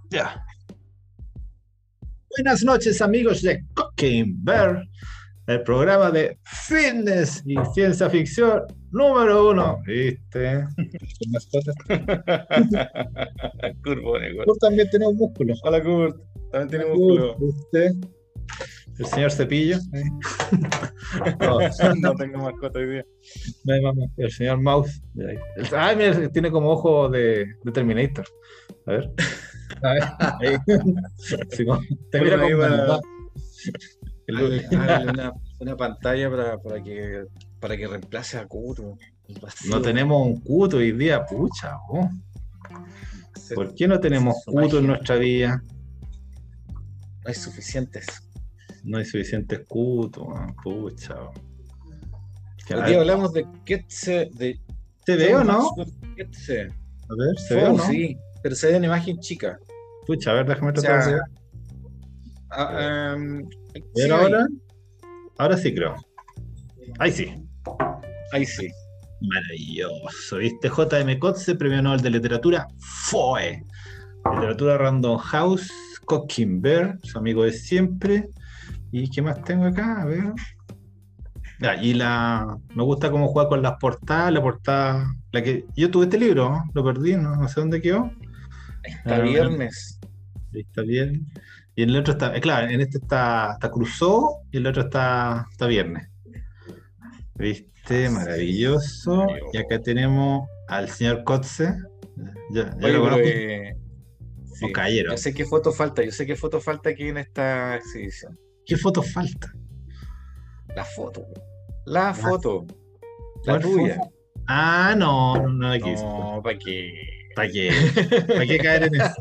Ya. Buenas noches, amigos de Cooking Bear, el programa de fitness y ciencia ficción número uno. ¿Viste? ¿Qué mascota? Curvo, Kurt. Kurt también tiene un músculo. Hola, Kurt. También tiene Hola, Kurt, músculo. ¿viste? El señor Cepillo. Oh, No tengo mascota hoy día. el señor Mouse. Ay, mira, tiene como ojo de Terminator. A ver. A ver. Ahí. Sí, te mira Ponlo ahí con maldad. hágale una pantalla para que reemplace a Kurt. El vacío. No tenemos un cuto hoy día, pucha. ¿Por qué no tenemos Su cuto en magia. nuestra vida? No hay suficientes. No hay suficientes cutos, pucha. Hoy día hablamos de Ketze, de ¿Se ve o John no? Maxwell Ketze. A ver, ¿se ve o no? Sí, pero se ve una imagen chica. Pucha, a ver, déjame O tratar de sea, ver. ¿Ver sí, ahí. ahora? Ahora sí creo. Ahí sí. Ahí sí. Maravilloso. ¿Viste? J.M. Coetzee, Premio Nobel de Literatura, FOE. Literatura Random House, Cooking Bear, su amigo de siempre. ¿Y qué más tengo acá? A ver. Ya, me gusta cómo juega con las portadas, la portada, la que yo tuve este libro, ¿no? Lo perdí, no sé dónde quedó. Está viernes. Ahí está bien. Y en el otro está, claro, en este está Crusoe y el otro está Viernes. ¿Viste? Maravilloso. Y acá tenemos al señor Kotze. Ya Oye, lo pero conozco. Un sí, caballero. yo sé qué foto falta aquí en esta exhibición. ¿Qué foto falta? La foto. La foto. La ¿Cuál tuya. foto? Ah, no la quise. No, ¿para qué? ¿Para qué? ¿Para qué caer en eso?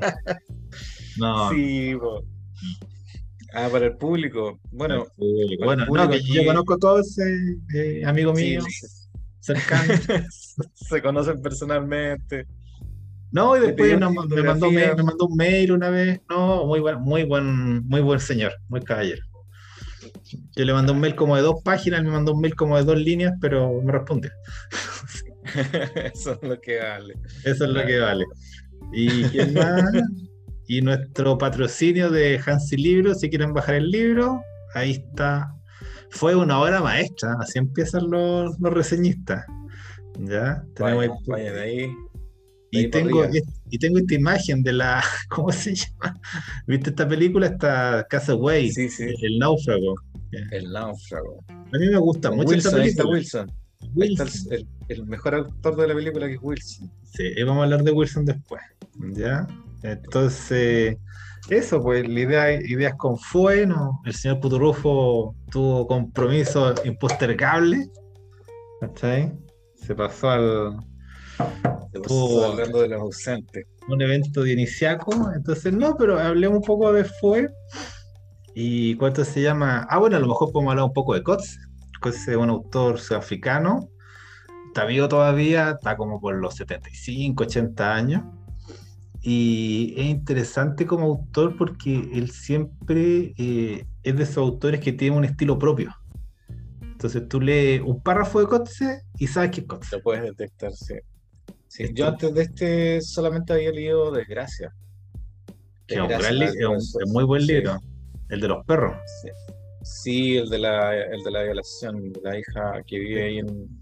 No. Sí, po. Ah, para el público. Al Bueno, público. para el Bueno, no, público que yo aquí, conozco a todos, amigo sí, mío, cercano. se conocen personalmente. No, y Le después pidió una me fotografía. mandó un mail una vez. No, muy buen señor, muy caballero. Yo le mandé un mail como de 2 páginas, él me mandó un mail como de 2 líneas, pero me respondió. Eso es lo que vale. Eso es lo La que verdad. vale. ¿Y quién más? Y nuestro patrocinio de Hansi Libro, si quieren bajar el libro, ahí está. Fue una obra maestra, así empiezan los reseñistas. Ya, tenemos Vaya, ahí. vaya, de Y ahí para tengo, arriba. y tengo esta imagen de la, ¿cómo se llama? ¿Viste esta película? Esta Castaway, Sí, sí. El náufrago. Ya. El náufrago. A mí me gusta Con mucho esta Wilson, ahí está película. Wilson. Ahí está Wilson. el mejor actor de la película, que es Wilson. Sí, vamos a hablar de Wilson después. ¿Ya? Entonces, eso, pues, la ideas con fue, ¿no? El señor Puturufo tuvo compromiso impostergable. ¿Cachai? Se pasó Se pasó tuvo hablando de los ausentes. un evento de iniciaco. Entonces, no, pero hablemos un poco de fue. ¿Y cuánto se llama? Ah, bueno, a lo mejor podemos hablar un poco de Coates. Coates es un autor sudafricano. Está vivo todavía, está como por los 75, 80 años. Y es interesante como autor porque él siempre es de esos autores que tienen un estilo propio. Entonces tú lees un párrafo de Coetzee y sabes que es Coetzee. Lo puedes detectar, sí. Sí, yo Esto, antes de este solamente había leído Desgracia. que es un gran Desgracia, la del profesor. es muy buen Sí, libro, el de los perros. sí. Sí, el de la violación de la hija que vive ahí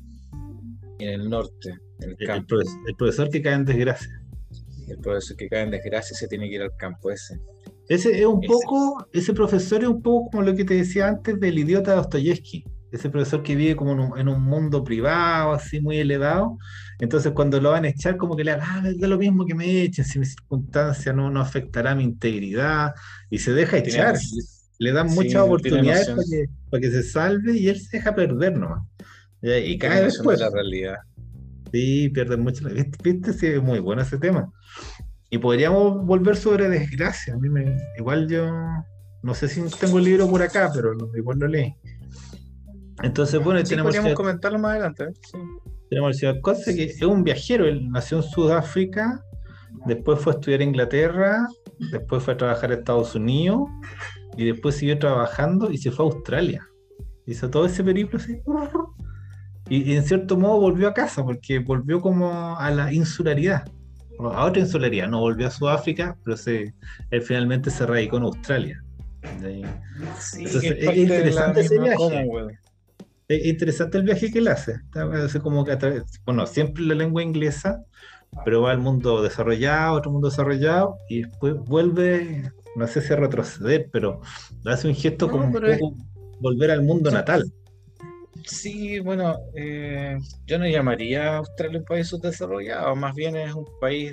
en el norte, en el campo. El profesor que cae en desgracia. El profesor que cae en desgracia se tiene que ir al campo ese. Ese es un Ese. poco, ese profesor es un poco como lo que te decía antes del idiota de Dostoyevsky. Ese profesor que vive como en un mundo privado, así muy elevado. Entonces, cuando lo van a echar, como que le hagan, da lo mismo que me echen, si mi circunstancia no afectará mi integridad. Y se deja Tiene, echar. Le dan sí, muchas tiene oportunidades noción, para que se salve y él se deja perder nomás. Y tiene cae noción de después. la realidad. Sí, pierde mucho. ¿Viste? Sí, es muy bueno ese tema. Y podríamos volver sobre desgracia. Igual yo no sé si tengo el libro por acá, pero igual lo leí. Entonces, bueno, y Sí, podríamos comentarlo más adelante. Sí. tenemos al señor Coetzee, que es un viajero. Él nació en Sudáfrica, después fue a estudiar a Inglaterra, después fue a trabajar a Estados Unidos, y después siguió trabajando y se fue a Australia. Hizo todo ese periplo así. Y en cierto modo volvió a casa, porque volvió como a la insularidad. a otra insularidad, no volvió a Sudáfrica, pero él finalmente se radicó en Australia. ¿Sí? Sí, que Entonces, es es parte de la interesante ese misma viaje. Commonwealth. Es interesante el viaje que él hace. Así como que bueno, siempre la lengua inglesa, pero va al mundo desarrollado, otro mundo desarrollado, y después vuelve, no sé si a retroceder, pero hace un gesto como No, un pero es, poco volver al mundo son, natal. sí, bueno, yo no llamaría a Australia un país subdesarrollado, más bien es un país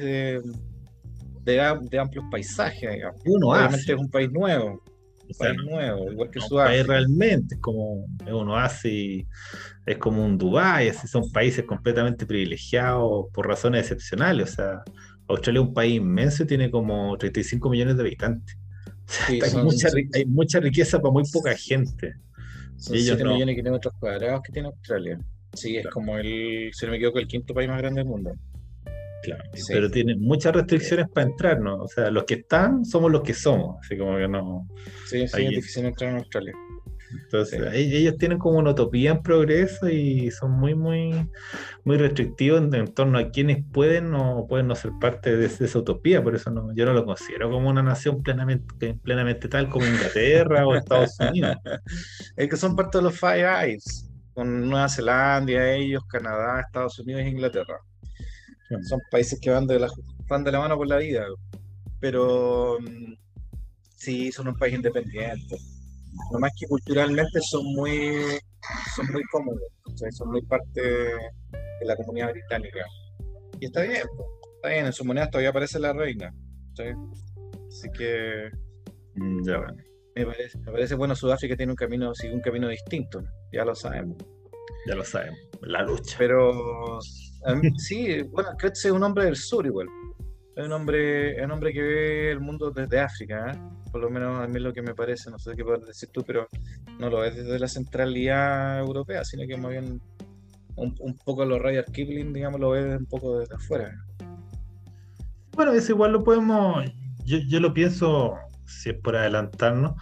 de amplios paisajes, digamos. Es un Obviamente oasis, es o un sea, país no, nuevo, igual que no un país Sudáfrica. realmente, es un oasis, es como un Dubái, así son países completamente privilegiados por razones excepcionales. O sea, Australia es un país inmenso y tiene como 35 millones de habitantes. Sí, Hay mucha riqueza para muy poca gente. son Y ellos 7 no. millones de kilómetros cuadrados que tiene Australia. Sí, es como si no me equivoco, el quinto país más grande del mundo. Claro, Sí. pero tiene muchas Eh, restricciones para entrar, ¿no? O sea, los que están somos los que somos, así como que no. sí, sí, es Ahí, difícil entrar en Australia. Sí. entonces, ellos tienen como una utopía en progreso y son muy restrictivos en torno a quienes pueden no ser parte de esa utopía. Por eso no, yo no lo considero como una nación plenamente tal como Inglaterra o Estados Unidos. Es que son parte de los Five Eyes, con Nueva Zelanda, ellos, Canadá, Estados Unidos e Inglaterra. Son países que van de la mano por la vida, pero sí, son un país independiente. No más que culturalmente son muy cómodos, o sea, son muy parte de la comunidad británica. Y está bien, po, está bien, en sus monedas todavía aparece la reina. ¿Sí? Así que Ya, bueno, me parece bueno, Sudáfrica sigue un camino distinto, ya lo sabemos. ya lo sabemos, la lucha. Pero sí, bueno, Coetzee es un hombre del sur igual. Es un hombre que ve el mundo desde África, ¿eh? Por lo menos a mí es lo que me parece, no sé qué puedes decir tú, pero no lo ves desde la centralidad europea, sino que más bien un poco los Rudyard Kipling, digamos, lo ves un poco desde afuera. Bueno, eso igual lo podemos, yo lo pienso, si es por adelantarnos,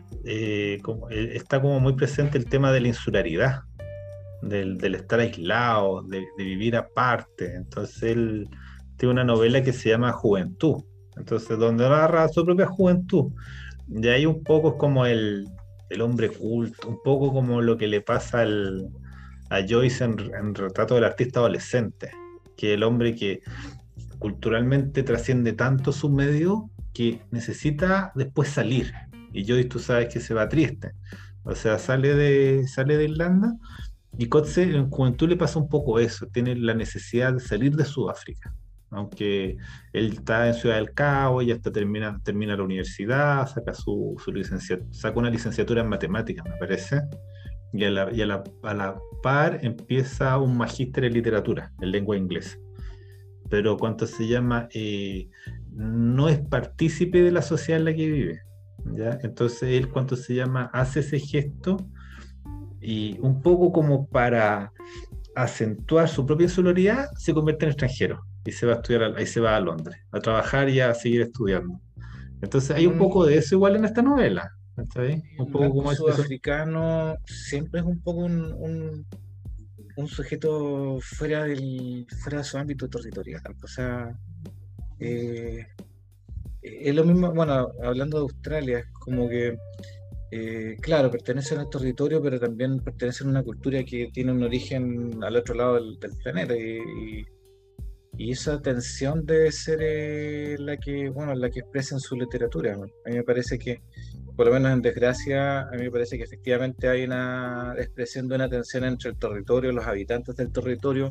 está como muy presente el tema de la insularidad, del estar aislado, de vivir aparte. Entonces él tiene una novela que se llama Juventud, entonces donde narra su propia juventud. Y ahí un poco es como el hombre culto, un poco como lo que le pasa a Joyce en Retrato del Artista Adolescente, que el hombre que culturalmente trasciende tanto su medio que necesita después salir. Y Joyce, tú sabes que se va triste. O sea, sale de Irlanda y Coetzee en juventud le pasa un poco eso, tiene la necesidad de salir de Sudáfrica. Aunque él está en Ciudad del Cabo, ya termina la universidad, saca una licenciatura en matemáticas, me parece, y a la par empieza un magíster en literatura, en lengua inglesa. Pero cuánto se llama, no es partícipe de la sociedad en la que vive. ¿Ya? Entonces él, cuánto se llama, hace ese gesto y un poco como para acentuar su propia insularidad, se convierte en extranjero y se va a estudiar, ahí se va a Londres, a trabajar y a seguir estudiando. Entonces hay un poco de Un, eso igual en esta novela, ¿está bien? Un un poco blanco como eso. sudafricano siempre es un poco un sujeto fuera de su ámbito territorial. O sea, eh, es lo mismo, bueno, hablando de Australia, es como que claro, pertenecen al territorio, pero también pertenecen a una cultura que tiene un origen al otro lado del planeta. Y esa tensión debe ser la que expresa en su literatura, ¿no? A mí me parece que, por lo menos en Desgracia, a mí me parece que efectivamente hay una expresión de una tensión entre el territorio, los habitantes del territorio,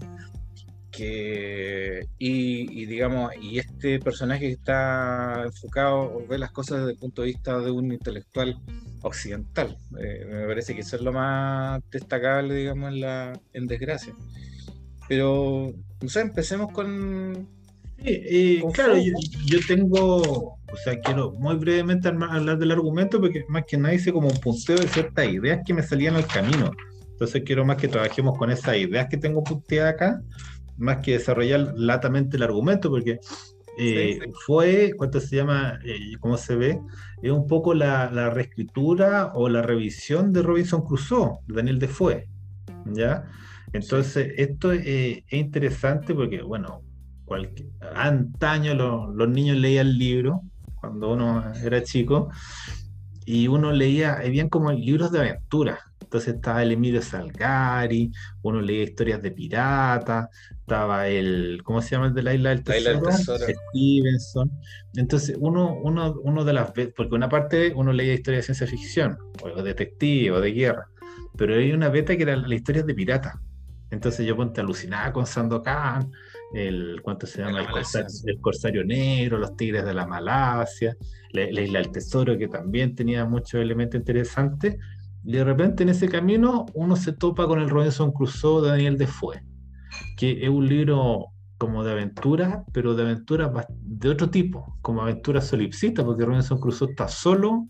digamos, y este personaje que está enfocado o ve las cosas desde el punto de vista de un intelectual occidental. Me parece que eso es lo más destacable, digamos, en Desgracia. Pero, no sé, empecemos con Claro, Foucault. yo tengo, o sea, quiero muy brevemente hablar del argumento porque más que nada hice como un punteo de ciertas ideas que me salían al camino. Entonces quiero más que trabajemos con esas ideas que tengo punteadas acá, más que desarrollar latamente el argumento, porque Sí, ¿cuánto se llama? ¿Cómo se ve? Es un poco la reescritura o la revisión de Robinson Crusoe, de Daniel Defoe, ¿ya? sí. Entonces, esto es interesante porque, bueno, Antaño los niños leían libros cuando uno era chico y uno leía, habían como libros de aventura. Entonces estaba el Emilio Salgari, uno leía historias de piratas, estaba ¿cómo se llama el de la Isla del La isla del Tesoro? tesoro. Stevenson. Entonces uno de las veces, porque una parte uno leía historias de ciencia ficción, o de detective, o de guerra, pero hay una beta que era la historia de piratas. Entonces yo ponte alucinada con Sandokan, ¿cuánto se En llama? la Malasia. El Corsario Negro, los Tigres de la Malasia, la Isla del Tesoro, que también tenía muchos elementos interesantes. Y de repente en ese camino uno se topa con el Robinson Crusoe de Daniel Defoe, que es un libro como de aventuras, pero de aventuras de otro tipo, como aventuras solipsistas, porque Robinson Crusoe está solo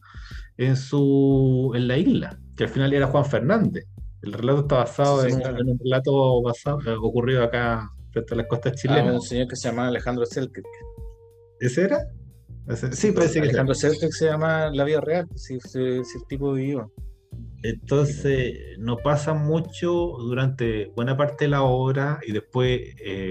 en la isla, que al final era Juan Fernández. El relato está Sí, basado sí, claro. en un relato ocurrido acá frente a las costas A chilenas. un señor que se llama Alejandro Selkirk. ¿Ese era? Sí, Sí, pues, parece que sí. Alejandro Selkirk se llama la vida real, si el tipo vivió. Sí, pues. Entonces, no pasa mucho durante buena parte de la obra y después,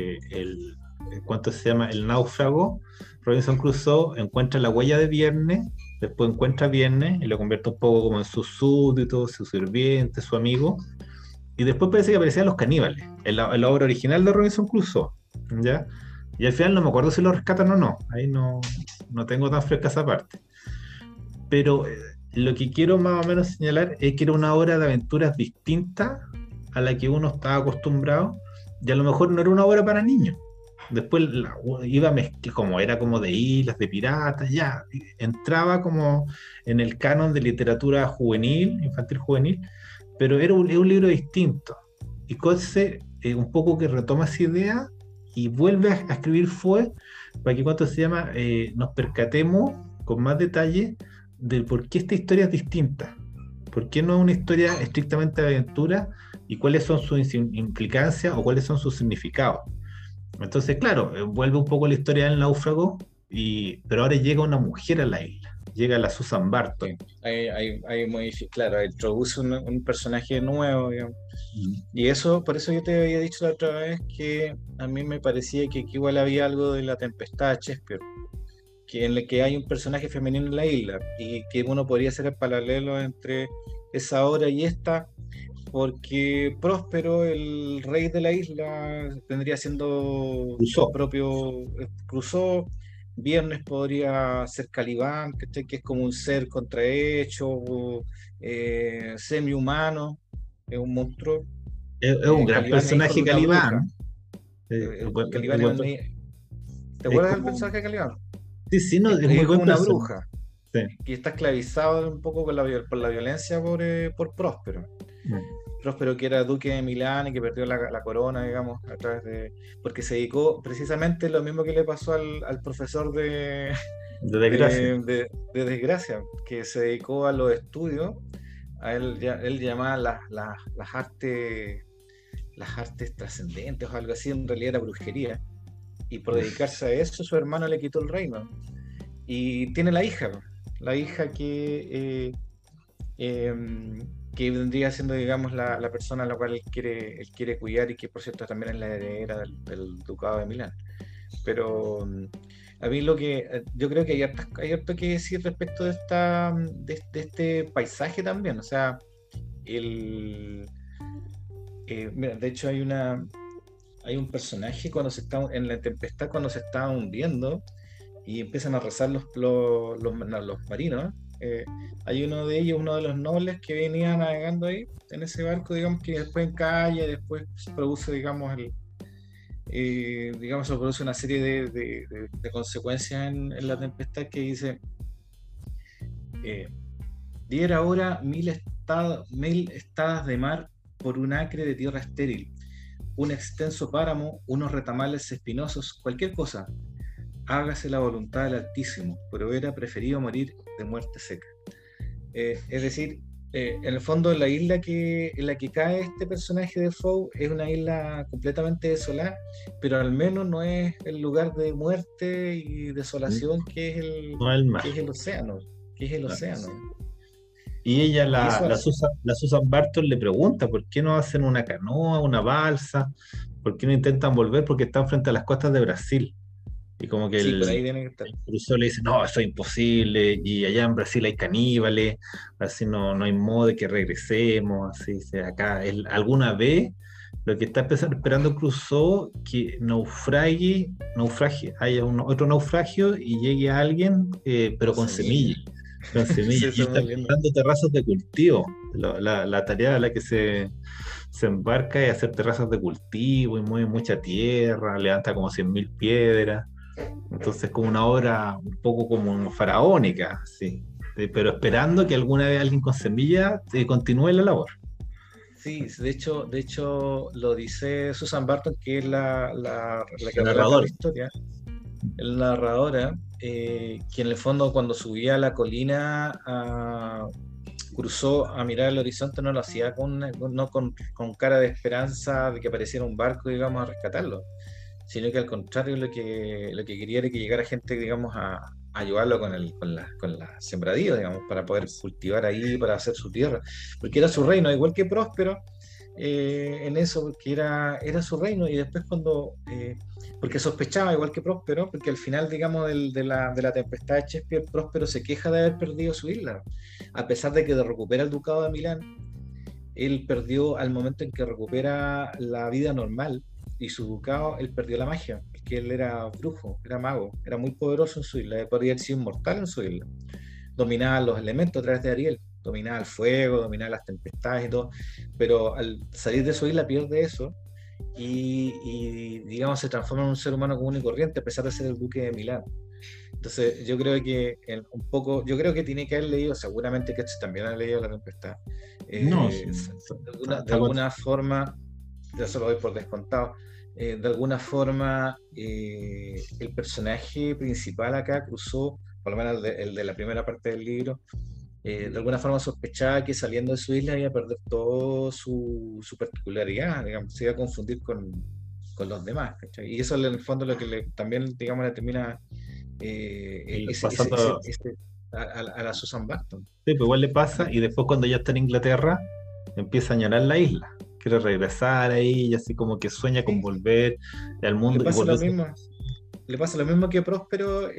¿cuánto se llama? El náufrago. Robinson Crusoe encuentra la huella de Viernes, después encuentra a Viernes y lo convierte un poco como en su súbdito, su sirviente, su amigo. Y después parece que aparecían los caníbales en la obra original de Robinson Crusoe, ¿ya? Y al final no me acuerdo si lo rescatan o no. Ahí no tengo tan fresca esa parte. Pero lo que quiero más o menos señalar es que era una obra de aventuras distinta a la que uno estaba acostumbrado, y a lo mejor no era una obra para niños. Después iba a mezclar, como era como de islas, de piratas, ya entraba como en el canon de literatura juvenil, infantil juvenil, pero es un libro distinto. Y Coetzee un poco que retoma esa idea y vuelve a escribir Fue para que, ¿cuánto se llama? Nos percatemos con más detalle de por qué esta historia es distinta. ¿Por qué no es una historia estrictamente de aventura y cuáles son sus implicancias o cuáles son sus significados? Entonces, claro, vuelve un poco la historia del náufrago, pero ahora llega una mujer a la isla, llega la Susan Sí. Barton. Claro, introduce un personaje nuevo, digamos. Mm. Y eso, por eso yo te había dicho la otra vez que a mí me parecía que aquí igual había algo de la tempestad de Shakespeare, que en el que hay un personaje femenino en la isla y que uno podría hacer el paralelo entre esa obra y esta, porque Próspero, el rey de la isla, vendría siendo el Cruzó. propio Crusoe. Viernes podría ser Calibán, ¿cachai? Que es como un ser contrahecho, semi-humano, es un monstruo. Es un gran Calibán es hijo de personaje una bruja. Calibán. Calibán ¿te es acuerdas del como, personaje de Calibán? sí, sí, no, es Es muy hijo de buen una personaje. bruja Sí. que está esclavizado un poco por la violencia por Próspero. Mm. Próspero, que era duque de Milán y que perdió la corona, digamos, a través de... Porque se dedicó precisamente lo mismo que le pasó al profesor De desgracia. de desgracia, que se dedicó a los estudios. Él llamaba las artes trascendentes o algo así, en realidad era brujería. Y por dedicarse a eso, su hermano le quitó el reino. Y tiene la hija que vendría siendo, digamos, la persona a la cual él quiere cuidar y que, por cierto, también es la heredera del ducado de Milán. Pero a mí yo creo que hay harto que decir respecto de este paisaje también. O sea, mira, de hecho hay un personaje en la tempestad cuando se está hundiendo y empiezan a rezar los marinos. Hay uno de ellos, uno de los nobles que venía navegando ahí en ese barco, digamos, que después encalla, después se produce, digamos, se produce una serie de consecuencias en la tempestad que dice: diera ahora 1000 estadas de mar por un acre de tierra estéril, un extenso páramo, unos retamales espinosos, cualquier cosa. Hágase la voluntad del Altísimo, pero hubiera preferido morir de muerte seca. Es decir, en el fondo la isla en la que cae este personaje de Foe es una isla completamente desolada, pero al menos no es el lugar de muerte y desolación No el mar. que es el océano, que es el océano. Y ella, Y eso hace. La Susan Barton, le pregunta, ¿por qué no hacen una canoa, una balsa? ¿Por qué no intentan volver? Porque están frente a las costas de Brasil. Y como que Sí, por ahí tiene que estar. el Crusoe le dice, no, eso es imposible, y allá en Brasil hay caníbales, así no hay modo de que regresemos, así, acá, alguna vez, lo que está esperando Crusoe, que haya otro naufragio y llegue a alguien, pero Con semillas. con Sí, semillas, y eso es está muy lindo. preparando terrazas de cultivo. La tarea a la que se embarca es hacer terrazas de cultivo y mueve mucha tierra, levanta como 100.000 piedras. Entonces, como una obra un poco como faraónica, sí. Pero esperando que alguna vez alguien con semilla continúe la labor. Sí, de hecho lo dice Susan Barton, que es la que El relata la narrador. historia, la narradora, que en el fondo cuando subía a la colina cruzó a mirar el horizonte, no lo hacía no con cara de esperanza de que apareciera un barco, digamos, a rescatarlo, sino que al contrario lo que quería era que llegara gente, digamos, a ayudarlo con la sembradío, digamos, para poder cultivar ahí, para hacer su tierra, porque era su reino, igual que Próspero, en eso, porque era su reino, y después porque sospechaba, igual que Próspero, porque al final, digamos, de la tempestad de Shakespeare, Próspero se queja de haber perdido su isla, a pesar de que recupera el ducado de Milán. Él perdió al momento en que recupera la vida normal y su ducado, él perdió la magia, porque él era brujo, era mago, era muy poderoso en su isla, podría haber sido inmortal en su isla, dominaba los elementos a través de Ariel, dominaba el fuego, dominaba las tempestades y todo, pero al salir de su isla pierde eso digamos se transforma en un ser humano común y corriente a pesar de ser el duque de Milán. Entonces yo creo que un poco, yo creo que tiene que haber leído, seguramente que también ha leído La Tempestad, No, sí, de alguna forma, ya se lo doy por descontado, de alguna forma el personaje principal acá cruzó, por lo menos el de la primera parte del libro, de alguna forma sospechaba que saliendo de su isla iba a perder todo su particularidad, digamos, se iba a confundir con los demás, ¿cachai? Y eso en el fondo lo que también, digamos, le termina pasando, a la Susan Barton. sí, pues igual le pasa, y después cuando ya está en Inglaterra, empieza a añorar la isla. Quiere regresar ahí, y así como que sueña con Sí, volver al le mundo y pasa lo volverse. mismo, le pasa lo mismo que Próspero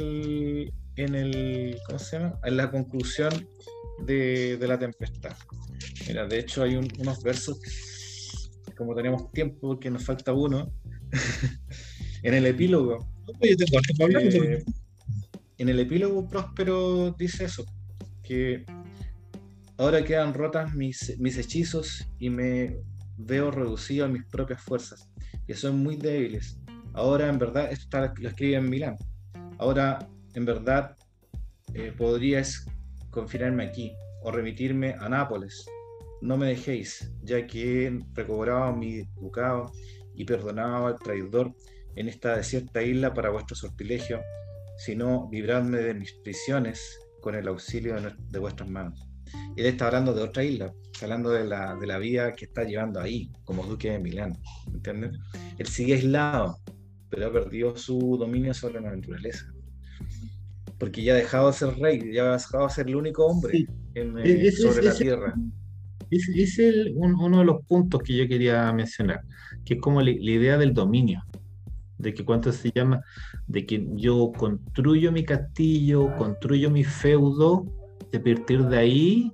¿cómo se llama? En la conclusión de la tempestad. Mira, de hecho hay unos versos, como tenemos tiempo, que nos falta uno, en el epílogo. No, pues yo tengo harto para hablar, no te eh, preocupes. en el epílogo Próspero dice eso, que ahora quedan rotas mis hechizos y me veo reducido a mis propias fuerzas, que son muy débiles. Ahora, en verdad, lo escribe en Milán. Ahora, en verdad, podríais confinarme aquí o remitirme a Nápoles. No me dejéis, ya que he recobrado mi ducado y perdonado al traidor en esta desierta isla para vuestro sortilegio, sino libradme de mis prisiones con el auxilio de vuestras manos. Él está hablando de otra isla, está hablando de la vida que está llevando ahí, como duque de Milán, ¿entiendes? Él sigue aislado, pero ha perdido su dominio sobre la naturaleza, porque ya ha dejado de ser rey, ya ha dejado de ser el único hombre Sí, es, sobre la tierra. es uno de los puntos que yo quería mencionar, que es como la idea del dominio, de que cuánto se llama, de que yo construyo mi castillo, construyo mi feudo, y a partir de ahí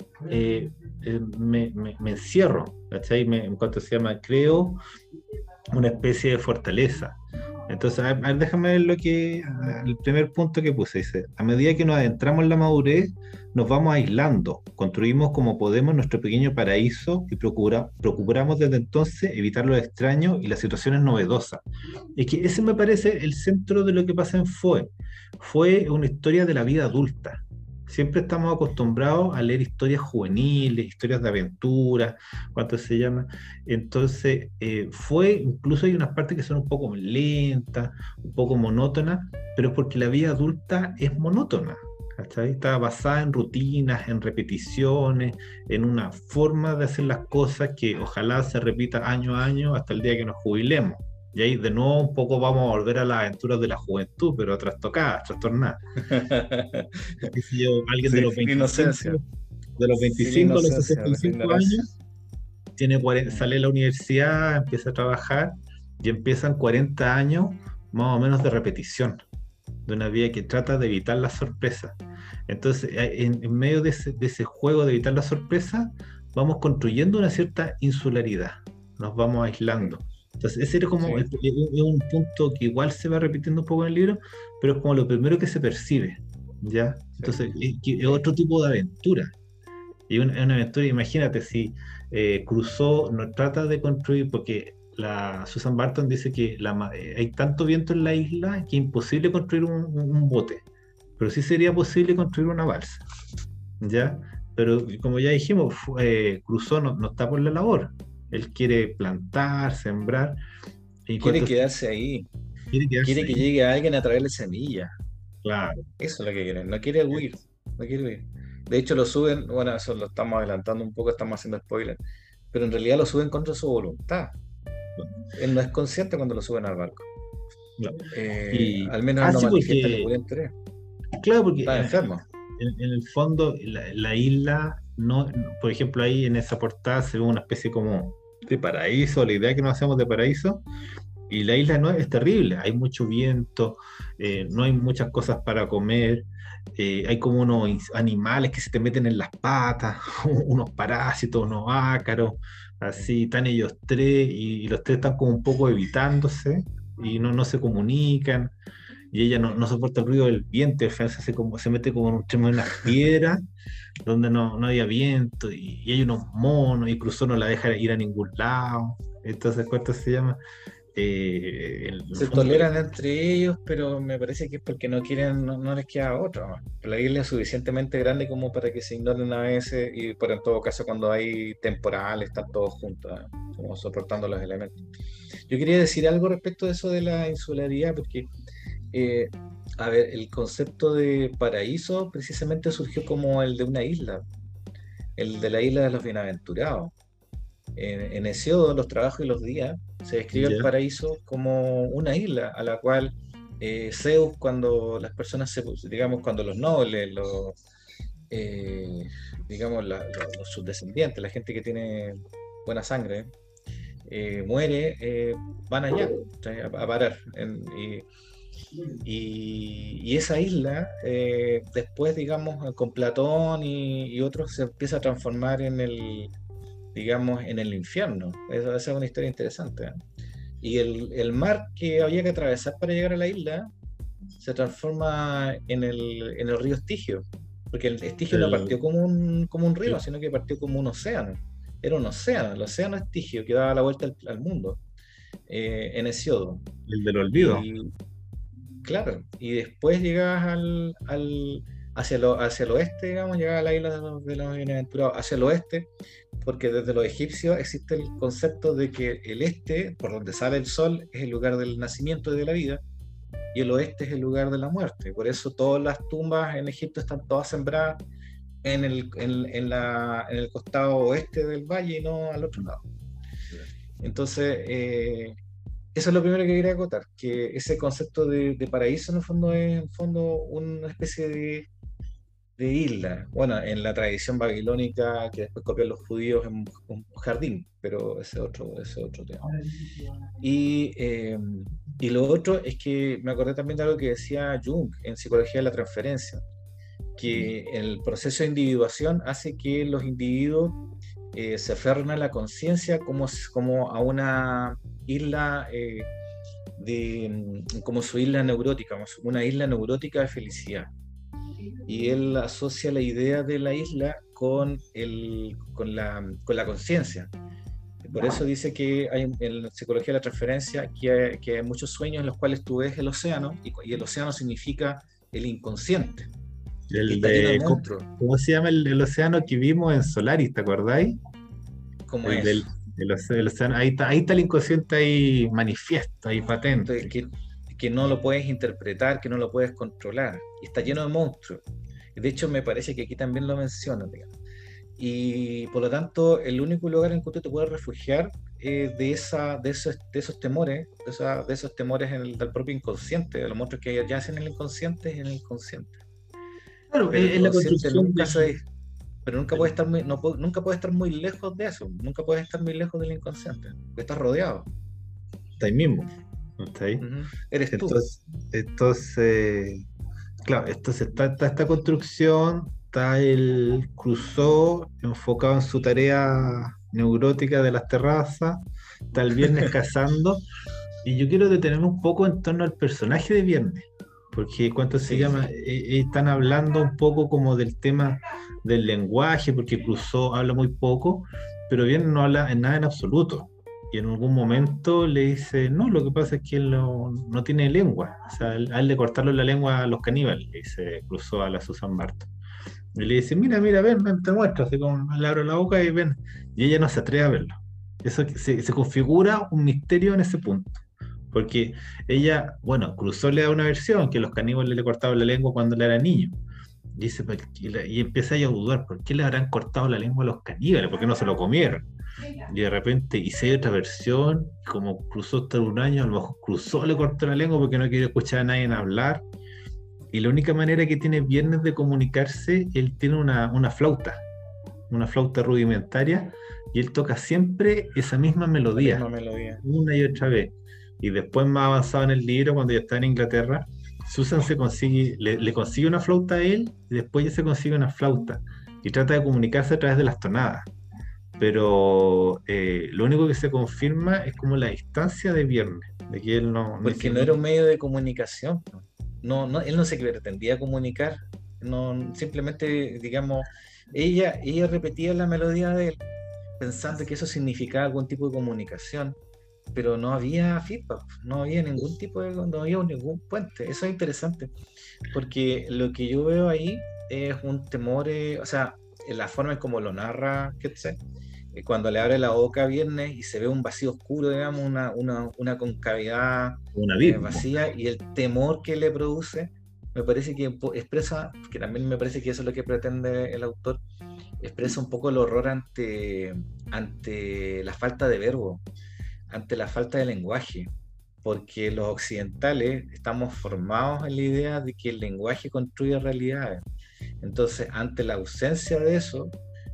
me encierro, ¿cachai? En cuanto se llama, creo una especie de fortaleza. Entonces, a ver, déjame ver el primer punto que puse, dice, a medida que nos adentramos en la madurez, nos vamos aislando, construimos como podemos nuestro pequeño paraíso y procuramos desde entonces evitar lo extraño y las situaciones novedosas. Es que ese me parece el centro de lo que pasa en Fue. Fue una historia de la vida adulta. Siempre estamos acostumbrados a leer historias juveniles, historias de aventura, ¿cuánto se llama? Entonces, incluso hay unas partes que son un poco lentas, un poco monótonas, pero es porque la vida adulta es monótona. ¿Cachai? Está basada en rutinas, en repeticiones, en una forma de hacer las cosas que ojalá se repita año a año hasta el día que nos jubilemos. Y ahí de nuevo un poco vamos a volver a las aventuras de la juventud, pero trastocadas, trastornadas. Qué sé yo, alguien de Sí, los 25, inocencia. de los sin 25 a los inocencia, desde la 65 ignorancia. años, tiene 40, Mm, sale de la universidad, empieza a trabajar y empiezan 40 años más o menos de repetición, de una vida que trata de evitar la sorpresa. Entonces, en medio de ese juego de evitar la sorpresa, vamos construyendo una cierta insularidad, nos vamos aislando. Entonces, ese era como, sí, es un punto que igual se va repitiendo un poco en el libro, pero es como lo primero que se percibe, ¿ya? sí, Entonces, es sí. otro tipo de aventura. Y una aventura, imagínate, si Crusoe no trata de construir, porque Susan Barton dice que hay tanto viento en la isla que es imposible construir un bote, pero sí sería posible construir una balsa, ¿ya? Pero como ya dijimos, Crusoe no está por la labor, él quiere plantar, sembrar, y Quiere cuando quedarse ahí, quiere quedarse quiere que ahí, llegue alguien a traerle semillas. claro. Eso es lo que quiere, no quiere huir, no quiere huir. De hecho, lo suben, bueno, eso lo estamos adelantando un poco, estamos haciendo spoiler, pero en realidad lo suben contra su voluntad. Él no es consciente cuando lo suben al barco. Claro. Y, Al menos él no sí, manifiesta porque ningún interés. claro, porque Está enfermo. en el fondo la isla, por ejemplo, ahí en esa portada se ve una especie como de paraíso, la idea que nos hacemos de paraíso, y la isla no es terrible, hay mucho viento, no hay muchas cosas para comer, hay como unos animales que se te meten en las patas, unos parásitos, unos ácaros, así, están ellos tres, y los tres están como un poco evitándose, y no se comunican y ella no soporta el ruido del viento, al final se mete como en un tremo de unas piedras donde no había viento y hay unos monos y Crusoe no la deja ir a ningún lado. Entonces, ¿cuánto se llama? En el Se fondo, toleran entre ellos, pero me parece que es porque no quieren, no les queda otro. La isla es suficientemente grande como para que se ignoren a veces, y por en todo caso cuando hay temporales están todos juntos, como soportando los elementos. Yo quería decir algo respecto de eso de la insularidad, porque, eh, a ver, el concepto de paraíso precisamente surgió como el de una isla, el de la isla de los bienaventurados. En Hesiodo, Los trabajos y los días, se describe el ya, paraíso como una isla a la cual Zeus, cuando las personas digamos, cuando los nobles, eh, digamos, sus descendientes, la gente que tiene buena sangre, muere, van allá, ¿sí? A parar. Y esa isla, después, digamos, con Platón y otros, se empieza a transformar en digamos, en el infierno. Esa es una historia interesante, ¿eh? Y el mar que había que atravesar para llegar a la isla se transforma en el río Estigio, porque el Estigio no partió el, como un río, el, sino que partió como un océano. Era un océano, el océano Estigio que daba la vuelta al mundo, en Hesiodo. el del olvido. Y claro, y después llegabas hacia el oeste, digamos, llegabas a la isla de los bienaventurados, hacia el oeste, porque desde los egipcios existe el concepto de que el este, por donde sale el sol, es el lugar del nacimiento y de la vida, y el oeste es el lugar de la muerte. Por eso todas las tumbas en Egipto están todas sembradas en el costado oeste del valle y no al otro lado. Entonces, eso es lo primero que quería acotar, que ese concepto de paraíso en el fondo es en fondo una especie de isla. Bueno, en la tradición babilónica que después copian los judíos en un jardín, pero ese es otro tema. Y, eh, y lo otro es que me acordé también de algo que decía Jung en Psicología de la Transferencia, que el proceso de individuación hace que los individuos se aferren a la conciencia como a una isla, como su isla neurótica, como una isla neurótica de felicidad. Y él asocia la idea de la isla con la conciencia. Por eso dice que hay en la psicología de la transferencia que hay muchos sueños en los cuales tú ves el océano, y el océano significa el inconsciente, que El está lleno de de, monstruos, ¿cómo se llama el océano que vimos en Solaris? ¿Te acordáis? como El eso, el océano, ahí está el inconsciente ahí manifiesto, ahí entonces, patente. que no lo puedes interpretar, que no lo puedes controlar, y está lleno de monstruos. De hecho, me parece que aquí también lo mencionan, digamos. Y por lo tanto, el único lugar en que tú te puedes refugiar de esos temores, de esos temores del propio inconsciente, de los monstruos que yacen en el inconsciente, es en el inconsciente. Claro, Pero el es la inconsciente construcción nunca del, se... pero nunca puede estar muy, nunca puede estar muy lejos de eso, nunca puede estar muy lejos del inconsciente, porque estás rodeado. Está ahí mismo, está ahí. Ujú. Eres tú. Entonces, claro, entonces está esta construcción, está el Crusoe enfocado en su tarea neurótica de las terrazas, está el Viernes cazando, y yo quiero detenerme un poco en torno al personaje de Viernes, porque ¿cuánto se Sí, llama? Están hablando un poco como del tema del lenguaje, porque Crusoe habla muy poco, pero Viernes no habla en nada en absoluto. Y en algún momento le dice, no, lo que pasa es que él no tiene lengua. O sea, a él le cortaron la lengua a los caníbales, le dice Crusoe a la Susan Barton. Y le dice, mira, mira, ven, te muestro. Así como le abro la boca y ven. Y ella no se atreve a verlo. Eso se configura un misterio en ese punto. Porque ella, bueno, Crusoe le da una versión que los caníbales le cortaban la lengua cuando él era niño. Y, dice, y empieza ella a dudar, ¿por qué le habrán cortado la lengua a los caníbales? ¿Por qué no se lo comieron? Y de repente hice otra versión, como cruzó hasta un año, a lo mejor cruzó, le cortó la lengua porque no quiere escuchar a nadie hablar. Y la única manera que tiene Viernes de comunicarse, él tiene una flauta rudimentaria, y él toca siempre esa misma la melodía, misma melodía. una y otra vez. Y después, más avanzado en el libro, cuando ya está en Inglaterra, Susan le consigue una flauta a él, y después ella se consigue una flauta, y trata de comunicarse a través de las tonadas. Pero lo único que se confirma es como la distancia de Viernes, de que él no, Porque no era un medio de comunicación. No, no, él no se pretendía comunicar. No, simplemente, digamos, ella repetía la melodía de él, pensando que eso significaba algún tipo de comunicación, pero no había feedback, no había ningún tipo de, no había ningún puente. Eso es interesante, porque lo que yo veo ahí es un temor, o sea, en la forma en como lo narra Quetzal, cuando le abre la boca a Viernes y se ve un vacío oscuro, digamos, una concavidad un abismo. vacía, y el temor que le produce, me parece que expresa, que también me parece que eso es lo que pretende el autor, expresa un poco el horror ante la falta de verbo, ante la falta de lenguaje, porque los occidentales estamos formados en la idea de que el lenguaje construye realidades. Entonces, ante la ausencia de eso,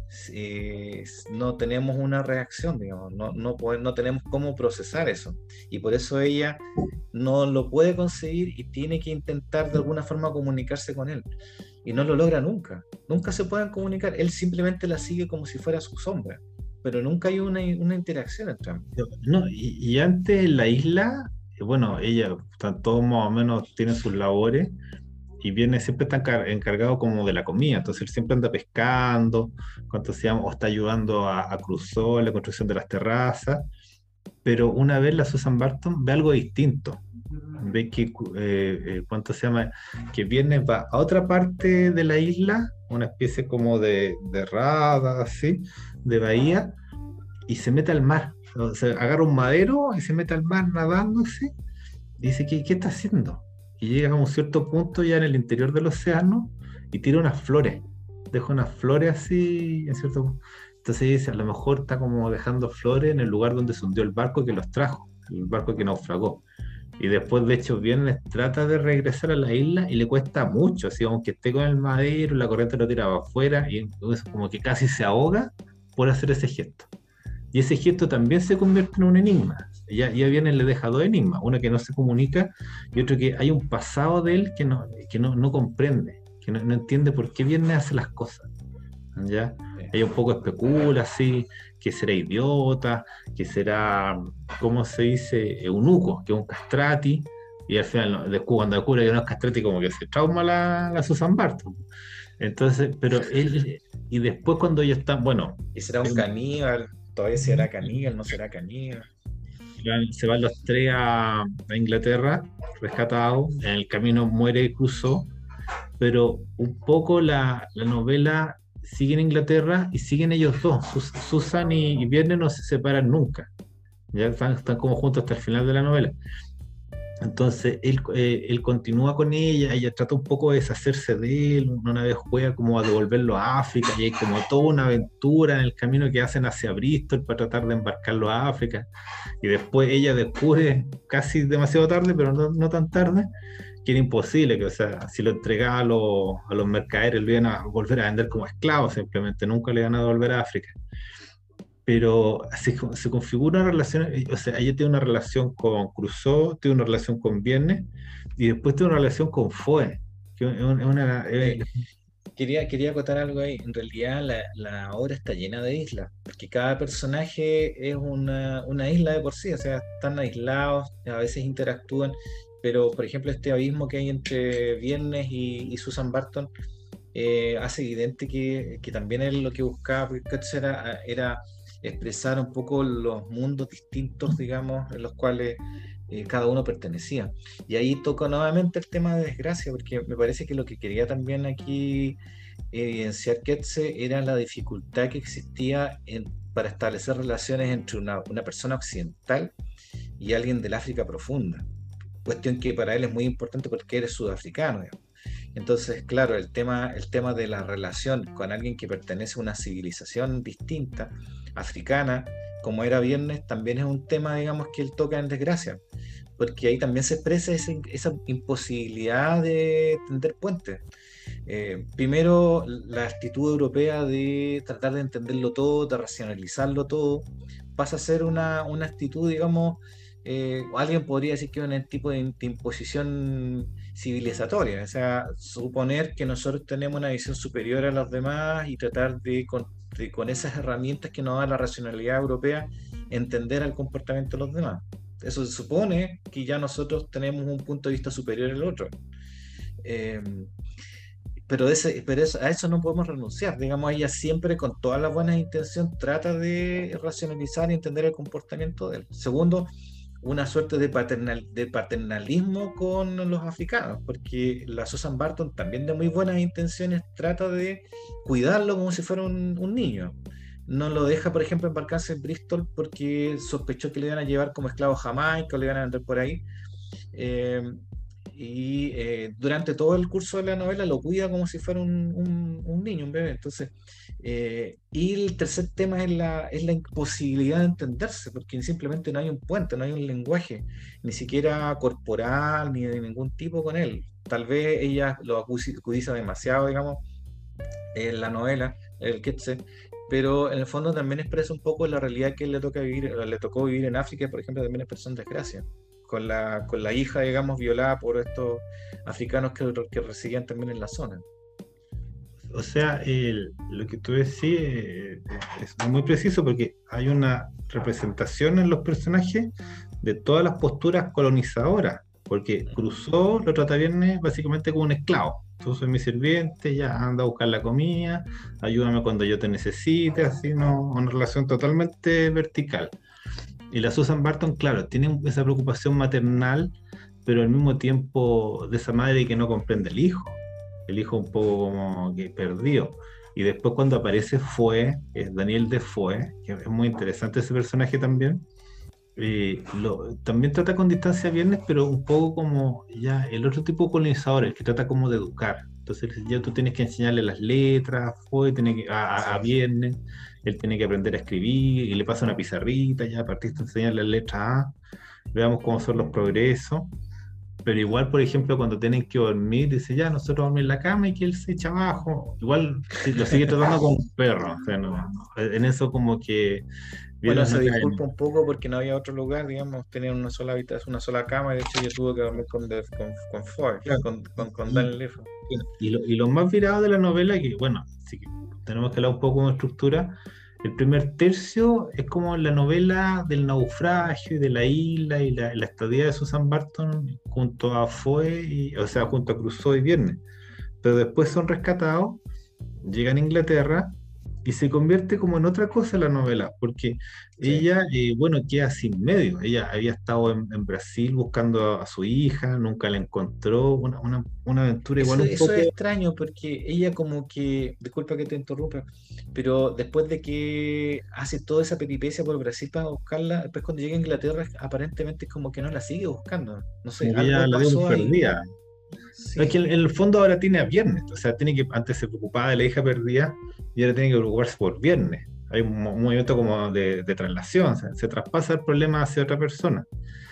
no tenemos una reacción, digamos, no tenemos cómo procesar eso. Y por eso ella no lo puede conseguir y tiene que intentar de alguna forma comunicarse con él. Y no lo logra nunca. Nunca se pueden comunicar. Él simplemente la sigue como si fuera su sombra. Pero nunca hay una interacción entre ambos. No, y antes en la isla, bueno, ella, todos más o menos tienen sus labores, y viene siempre está encargado como de la comida, entonces él siempre anda pescando, cuánto se llama, o está ayudando a Crusoe en la construcción de las terrazas, pero una vez la Susan Barton ve algo distinto, ve que, cuánto se llama, que viene va a otra parte de la isla, una especie como de rada, así, de bahía, y se mete al mar, o sea, agarra un madero y se mete al mar nadándose, y dice, ¿qué está haciendo? Y llega a un cierto punto ya en el interior del océano y tira unas flores, deja unas flores así, en cierto punto. Entonces dice, a lo mejor está como dejando flores en el lugar donde se hundió el barco que los trajo, el barco que naufragó. Y después, de hecho, Viernes trata de regresar a la isla y le cuesta mucho, así aunque esté con el madero, la corriente lo tiraba afuera y es como que casi se ahoga por hacer ese gesto. Y ese gesto también se convierte en un enigma. Ya Viernes le deja dos enigmas, uno que no se comunica y otro que hay un pasado de él que no comprende, que no entiende por qué Viernes hace las cosas. ¿Ya? Ella un poco especula, así, que será idiota, que será, ¿cómo se dice? Eunuco, que es un castrati, y al final, cuando descubre que no es castrati, como que se trauma la Susan Barton. Entonces, pero él, y después cuando ellos están, bueno, ¿Y será un caníbal? ¿Todavía será caníbal? ¿No será caníbal? se van los tres a Inglaterra, rescatados, en el camino muere Crusoe, pero un poco la novela sigue en Inglaterra y siguen ellos dos, Susan y Viernes no se separan nunca, ya están como juntos hasta el final de la novela. Entonces él continúa con ella trata un poco de deshacerse de él, una vez juega como a devolverlo a África y hay como toda una aventura en el camino que hacen hacia Bristol para tratar de embarcarlo a África, y después ella descubre, casi demasiado tarde, pero no tan tarde, que era imposible, que, o sea, si lo entregaba a los mercaderes, lo iban a volver a vender como esclavos, simplemente nunca le iban a devolver a África. Pero se configura una relación, o sea, ella tiene una relación con Crusoe, tiene una relación con Viernes, y después tiene una relación con Foe, que Eh, quería acotar algo ahí. En realidad la obra está llena de islas, porque cada personaje es una isla de por sí, o sea, están aislados, a veces interactúan, pero por ejemplo este abismo que hay entre Viernes y Susan Barton hace evidente que también él lo que buscaba Kurtz era expresar un poco los mundos distintos, digamos, en los cuales cada uno pertenecía. Y ahí toco nuevamente el tema de desgracia, porque me parece que lo que quería también aquí evidenciar Ketze era la dificultad que existía para establecer relaciones entre una persona occidental y alguien del África profunda. Cuestión que para él es muy importante porque eres sudafricano, digamos. Entonces, claro, el tema de la relación con alguien que pertenece a una civilización distinta, africana, como era Viernes, también es un tema, digamos, que él toca en Desgracia, porque ahí también se expresa esa imposibilidad de tender puentes. Primero, la actitud europea de tratar de entenderlo todo, de racionalizarlo todo, pasa a ser una actitud, digamos, alguien podría decir que es un tipo de imposición civilizatoria, o sea, suponer que nosotros tenemos una visión superior a los demás y tratar con esas herramientas que nos da la racionalidad europea, entender el comportamiento de los demás. Eso se supone que ya nosotros tenemos un punto de vista superior al otro. Eh, a eso no podemos renunciar. Digamos, ella siempre con todas las buenas intenciones trata de racionalizar y entender el comportamiento de él. Segundo, una suerte de paternalismo con los africanos, porque la Susan Barton también de muy buenas intenciones trata de cuidarlo como si fuera un niño. No lo deja, por ejemplo, embarcarse en Bristol porque sospechó que le iban a llevar como esclavo a Jamaica o le iban a vender por ahí. Eh, Durante todo el curso de la novela lo cuida como si fuera un niño, un bebé. Entonces, y el tercer tema es la imposibilidad de entenderse, porque simplemente no hay un puente, no hay un lenguaje, ni siquiera corporal, ni de ningún tipo con él. Tal vez ella lo acudiza demasiado, digamos, en la novela, el Quetze, pero en el fondo también expresa un poco la realidad que le toca vivir, le tocó vivir en África, por ejemplo, también expresa en desgracia, con la hija, digamos, violada por estos africanos que residían también en la zona. o sea, lo que tú decís es muy preciso porque hay una representación en los personajes de todas las posturas colonizadoras, porque Crusoe lo trata bien básicamente como un esclavo. Tú soy mi sirviente, ya anda a buscar la comida, ayúdame cuando yo te necesite, así, ¿no? Una relación totalmente vertical. Y la Susan Barton, claro, tiene esa preocupación maternal, pero al mismo tiempo de esa madre que no comprende el hijo un poco como que perdido. Y después cuando aparece Daniel Defoe, que es muy interesante ese personaje también, también trata con distancia a Viernes, pero un poco como ya el otro tipo de colonizador, el que trata como de educar. Entonces ya tú tienes que enseñarle las letras, a Sí. Viernes, él tiene que aprender a escribir y le pasa una pizarrita, ya partiste a enseñarle las letras A, veamos cómo son los progresos. Pero igual, por ejemplo, cuando tienen que dormir, dice ya, nosotros dormimos en la cama y que él se echa abajo. Igual lo sigue tratando como un perro. O sea, en eso como que Bueno, Viernes se no cae. disculpa un poco porque no había otro lugar, digamos, tenían una sola habitación, una sola cama, y de hecho yo tuve que dormir con Foy, Claro. con Y, Daniel Lefo. y lo más virado de la novela, que bueno, sí que tenemos que hablar un poco de estructura, el primer tercio es como la novela del naufragio y de la isla y la estadía de Susan Barton junto a Foe, o sea, junto a Crusoe y Viernes. Pero después son rescatados, llegan a Inglaterra y se convierte como en otra cosa la novela, porque Sí. ella, bueno, queda sin medio. Ella había estado en Brasil buscando a su hija, nunca la encontró, una aventura igual un Eso poco. es extraño porque ella como que, disculpa que te interrumpa, pero después de que hace toda esa peripecia por Brasil para buscarla, después cuando llega a Inglaterra aparentemente es como que no la sigue buscando. No sé, Como que ya algo la dio por pasó ahí. perdida. Es que Sí. en el fondo ahora tiene a Viernes, o sea, antes se preocupaba de la hija perdida y ahora tiene que preocuparse por Viernes. Hay un movimiento como de traslación, se traspasa el problema hacia otra persona.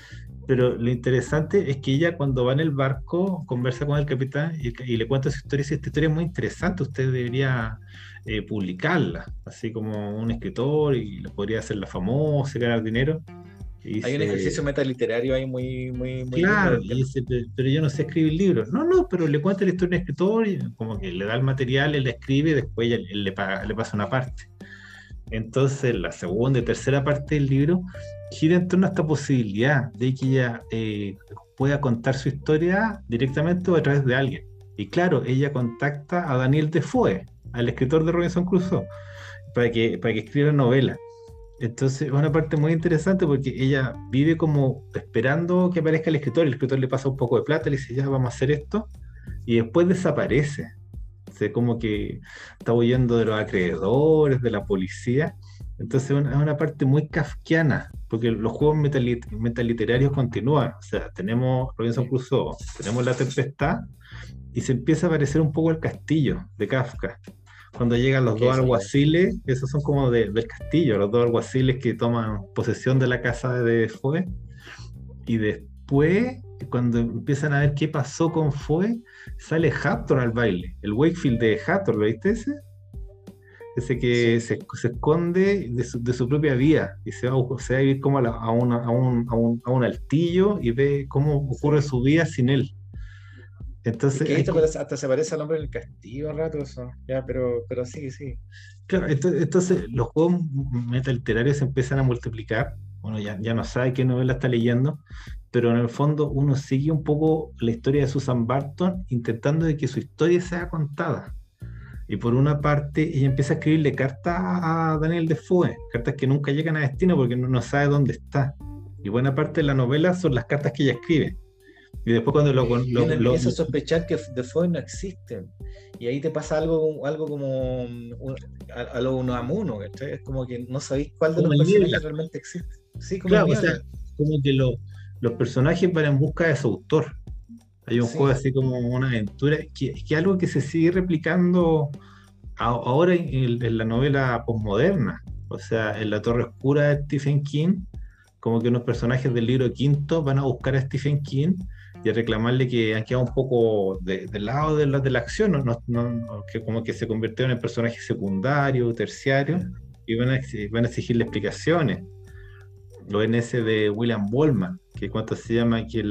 Pero lo interesante es que ella cuando va en el barco conversa con el capitán y le cuenta su historia. Y dice, esta historia es muy interesante, usted debería publicarla, así como un escritor y lo podría hacerla famosa, ganar dinero. Y Hay un ejercicio dice, metaliterario ahí muy lindo claro, del y tema. dice, pero yo no sé escribir libros. No, no, pero le cuenta la historia de un escritor y como que le da el material, él la escribe y después él le pasa una parte. Entonces, la segunda y tercera parte del libro gira en torno a esta posibilidad de que ella pueda contar su historia directamente o a través de alguien. Y claro, ella contacta a Daniel Defoe, al escritor de Robinson Crusoe, para que escriba novela. Entonces, es una parte muy interesante porque ella vive como esperando que aparezca el escritor le pasa un poco de plata, le dice, ya vamos a hacer esto, y después desaparece. Se como que está huyendo de los acreedores, de la policía. Entonces es una parte muy kafkiana, porque los juegos metaliterarios continúan. O sea, tenemos Robinson Sí, Crusoe, tenemos La Tempestad, y se empieza a aparecer un poco el castillo de Kafka. Cuando llegan los que dos eso es. alguaciles, esos son como del castillo, los dos alguaciles que toman posesión de la casa de Foe, y después, cuando empiezan a ver qué pasó con Foe, sale Hathor al baile. El Wakefield de Hathor, ¿lo viste ese? Ese que Sí. se esconde de su propia vida y se va a vivir como a un altillo y ve cómo ocurre Sí. su vida sin él. Es Entonces, que esto hasta se parece al hombre del castillo un rato, eso. Ya, pero sí, sí. claro, entonces los juegos metaliterarios se empiezan a multiplicar. Uno ya no sabe qué novela está leyendo, pero en el fondo uno sigue un poco la historia de Susan Barton intentando de que su historia sea contada. Y por una parte, ella empieza a escribirle cartas a Daniel Defoe, cartas que nunca llegan a destino porque no sabe dónde está. Y buena parte de la novela son las cartas que ella escribe. Y después cuando Y uno empieza a sospechar que Defoe no existe. Y ahí te pasa algo como a lo Unamuno, ¿cachai? Es como que no sabéis cuál de como los en niebla. personajes realmente existe. Sí, como en Claro, o sea, niebla. como que los personajes van en busca de su autor. Hay un juego Sí, así como una aventura, que algo que se sigue replicando ahora en la novela posmoderna. O sea, en La Torre Oscura de Stephen King, como que unos personajes del libro quinto van a buscar a Stephen King y a reclamarle que han quedado un poco del lado de la acción, que como que se convirtieron en personajes secundarios, terciarios, y van a exigirle explicaciones. Lo en ese de William Wallman, que cuánto se llama, que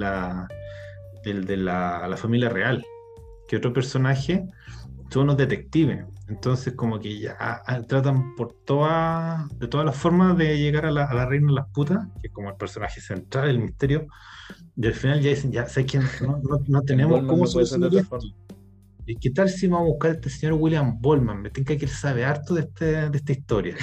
el de la familia real, que otro personaje son unos detectives. Entonces, como que ya tratan de todas las formas de llegar a la reina de las putas, que es como el personaje central, el misterio, y al final ya dicen, ya sé que no en tenemos Goldman cómo no puede ser de solucionar otra esto. forma. ¿Y qué tal si vamos a buscar a este señor William Ballman? Me tinca que él sabe harto de esta historia.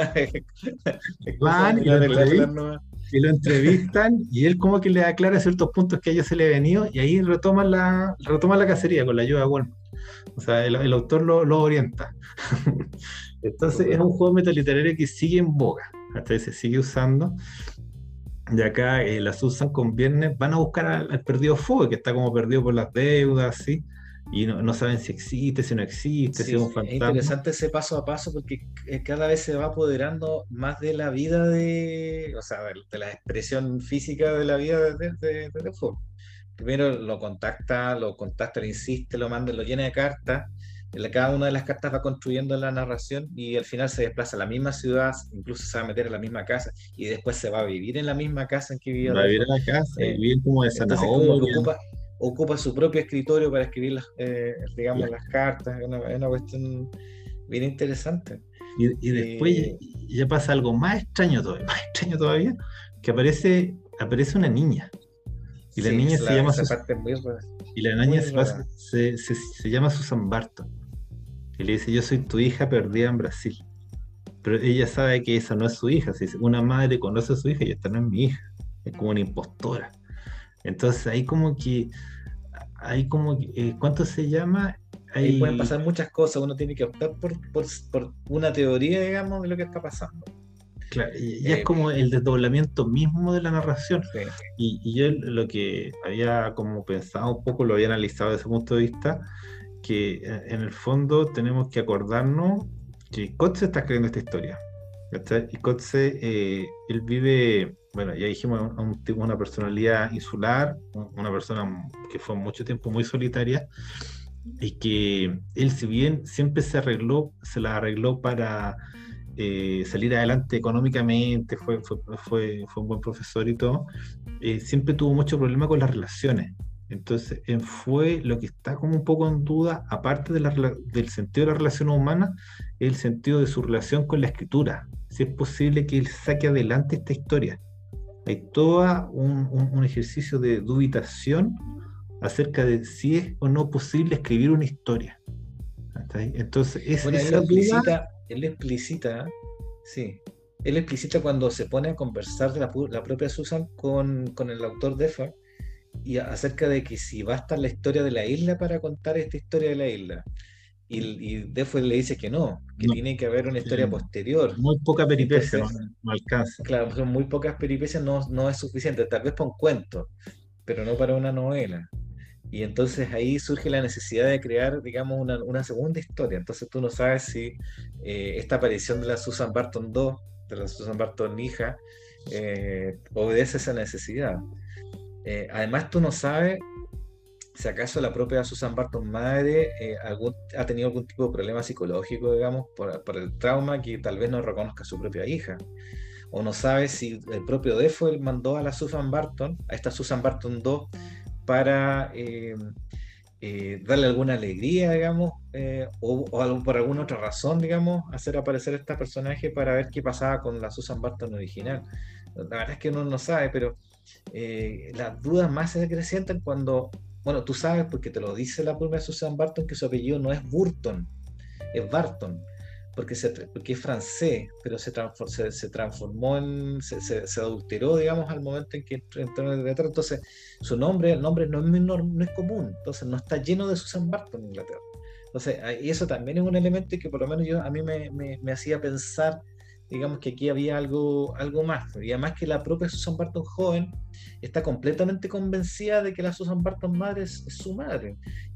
Es cosa Van de arreglarla nomás. y lo entrevistan y él como que le aclara ciertos puntos que a ellos se le ha venido y ahí retoman la cacería con la ayuda de Wallman. O sea, el autor lo orienta. Entonces es Súper. un juego metaliterario que sigue en boga, hasta se sigue usando. Y acá las usan con viernes, van a buscar al perdido Fuego, que está como perdido por las deudas, ¿sí? Y no saben si existe, si no existe, si Sí, es un es fantasma. interesante ese paso a paso porque cada vez se va apoderando más de la vida o sea, de la expresión física de la vida de Defoe. Primero lo contacta, le insiste, lo manda, lo llena de cartas. Cada una de las cartas va construyendo la narración y al final se desplaza a la misma ciudad, incluso se va a meter a la misma casa y después se va a vivir en la misma casa en que vivía Va a vivir Defoe. a la casa y Eh, bien como de entonces como que zanahoria. ocupa su propio escritorio para escribir digamos, la- las cartas. Es una cuestión bien interesante. y después Eh, ya pasa algo más extraño todavía, que aparece una niña. Y la sí, niña se llama esa parte es muy rara, y la niña muy rara. se llama Susan Barton. Y le dice, yo soy tu hija perdida en Brasil. Pero ella sabe que esa no es su hija. Si una madre conoce a su hija y esta no es mi hija. Es como una impostora. Entonces ¿cuánto se llama? Ahí pueden Hay, pasar muchas cosas, uno tiene que optar por una teoría, digamos, de lo que está pasando. claro, ya es Eh, como el desdoblamiento mismo de la narración. sí, Y yo lo que había como pensado un poco, lo había analizado desde ese punto de vista, que en el fondo tenemos que acordarnos que Coates está escribiendo esta historia. ¿cachai? Y Coetzee, él vive, bueno, ya dijimos, una personalidad insular, una persona que fue mucho tiempo muy solitaria, y que él, si bien siempre se la arregló para salir adelante económicamente, fue un buen profesor y todo, siempre tuvo mucho problema con las relaciones. Entonces, fue lo que está como un poco en duda, aparte del sentido de la relación humana, el sentido de su relación con la escritura. Si es posible que él saque adelante esta historia. Hay todo un ejercicio de dubitación acerca de si es o no posible escribir una historia. ¿Está ahí? Entonces, Bueno, esa duda, él explícita, sí, él explícita cuando se pone a conversar de la propia Susan con el autor Defa y acerca de que si va a estar la historia de la isla para contar esta historia de la isla. Y Defoe le dice que no, que no, tiene que haber una historia que posterior. muy poca peripecia, Entonces, no alcanza. claro, son muy pocas peripecias, no es suficiente, tal vez para un cuento, pero no para una novela. Y entonces ahí surge la necesidad de crear, digamos, una segunda historia. Entonces tú no sabes si esta aparición de la Susan Barton 2, de la Susan Barton hija, obedece a esa necesidad. Además, tú no sabes si acaso la propia Susan Barton madre ha tenido algún tipo de problema psicológico, digamos, por el trauma que tal vez no reconozca a su propia hija. O no sabe si el propio Defoe mandó a la Susan Barton, a esta Susan Barton 2, para darle alguna alegría, digamos, por alguna otra razón, digamos, hacer aparecer a este personaje para ver qué pasaba con la Susan Barton original. La verdad es que uno no sabe, pero las dudas más se acrecientan cuando, bueno, tú sabes porque te lo dice la propia Susan Barton que su apellido no es Burton, es Barton, porque es francés, pero se transformó se adulteró, digamos, al momento en que entró en Inglaterra. Entonces, el nombre no es común, entonces no está lleno de Susan Barton en Inglaterra. Entonces, y eso también es un elemento que por lo menos a mí me hacía pensar, digamos, que aquí había algo más. Y además que la propia Susan Barton joven está completamente convencida de que la Susan Barton madre es su madre.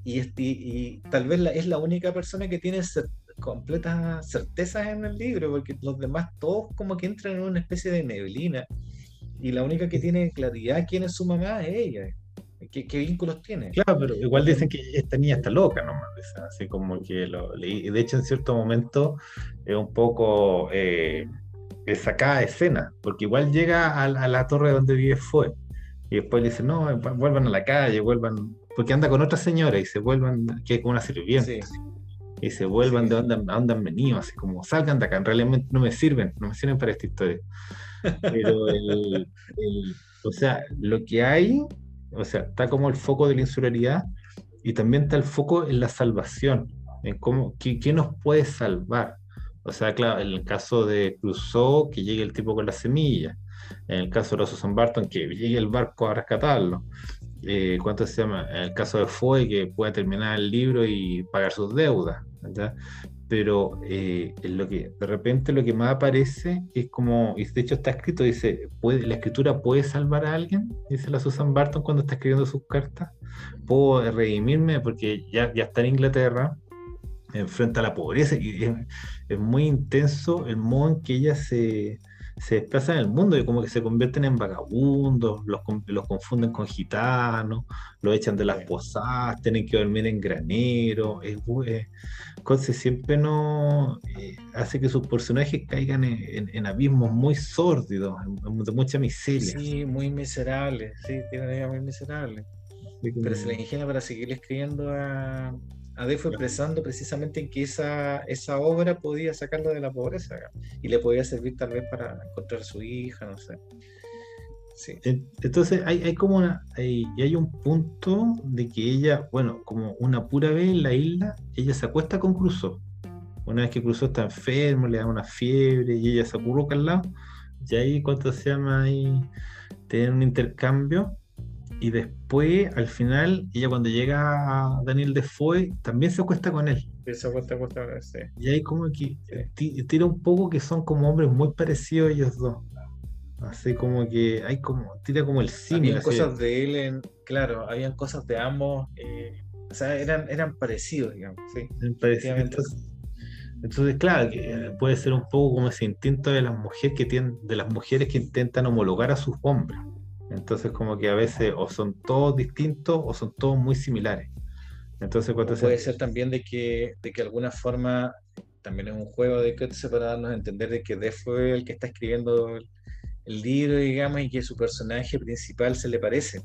Y tal vez es la única persona que tiene completas certezas en el libro, porque los demás todos como que entran en una especie de neblina y la única que tiene claridad quién es su mamá es ella. ¿Qué vínculos tiene? Claro, pero igual Los dicen demás, que esta niña está loca nomás, o sea, así como que lo leí. De hecho, en cierto momento es un poco sacada de escena, porque igual llega a la torre donde vive Fue, y después le dice, no, vuelvan a la calle, vuelvan, porque anda con otra señora y se vuelvan, que es como una sí, sirvienta, y se vuelvan de sí. donde han venido, así como salgan de acá, en realidad no me sirven para esta historia. Pero o sea, lo que hay, o sea, está como el foco de la insularidad y también está el foco en la salvación, en cómo, qué nos puede salvar. O sea, claro, en el caso de Crusoe, que llegue el tipo con la semilla. En el caso de los Susan Barton, que llegue el barco a rescatarlo. ¿Cuánto se llama? En el caso de Foy, que pueda terminar el libro y pagar sus deudas. ¿Verdad? Pero en lo que de repente lo que más aparece es como, y de hecho está escrito, dice, ¿la escritura puede salvar a alguien? Dice la Susan Barton cuando está escribiendo sus cartas. Puedo redimirme porque ya está en Inglaterra, enfrenta a la pobreza y es muy intenso el modo en que ella se desplaza en el mundo y como que se convierten en vagabundos, los confunden con gitanos, los echan de las Sí. posadas, tienen que dormir en granero, Conce siempre no hace que sus personajes caigan en abismos muy sórdidos, de mucha miseria. Sí, muy miserable, sí, tiene una vida muy miserable. Así Pero se le como, ingenia para seguir escribiendo a Defoe expresando precisamente en que esa obra podía sacarlo de la pobreza, digamos, y le podía servir tal vez para encontrar a su hija, no sé. Sí, entonces hay como y hay un punto de que ella, bueno, como una pura vez en la isla, ella se acuesta con Crusoe. Una vez que Crusoe está enfermo, le da una fiebre y ella se acurruca al lado, y ahí, ¿cuánto se llama? Ahí tienen un intercambio. Y después, al final, ella cuando llega a Daniel Defoe, también se acuesta con él. esa cuesta, sí, Y ahí como que sí. tira un poco que son como hombres muy parecidos ellos dos. Así como que hay como, tira como el símil, Habían así. cosas de él, claro, habían cosas de ambos, o sea, eran parecidos, digamos, sí, efectivamente. Entonces, Entonces, claro, que puede ser un poco como ese instinto de las mujeres de las mujeres que intentan homologar a sus hombres. Entonces, como que a veces o son todos distintos o son todos muy similares. Entonces, cuando O puede ser también de que de alguna forma también es un juego de Coetzee para darnos a entender de que Death fue el que está escribiendo el libro, digamos, y que su personaje principal se le parece.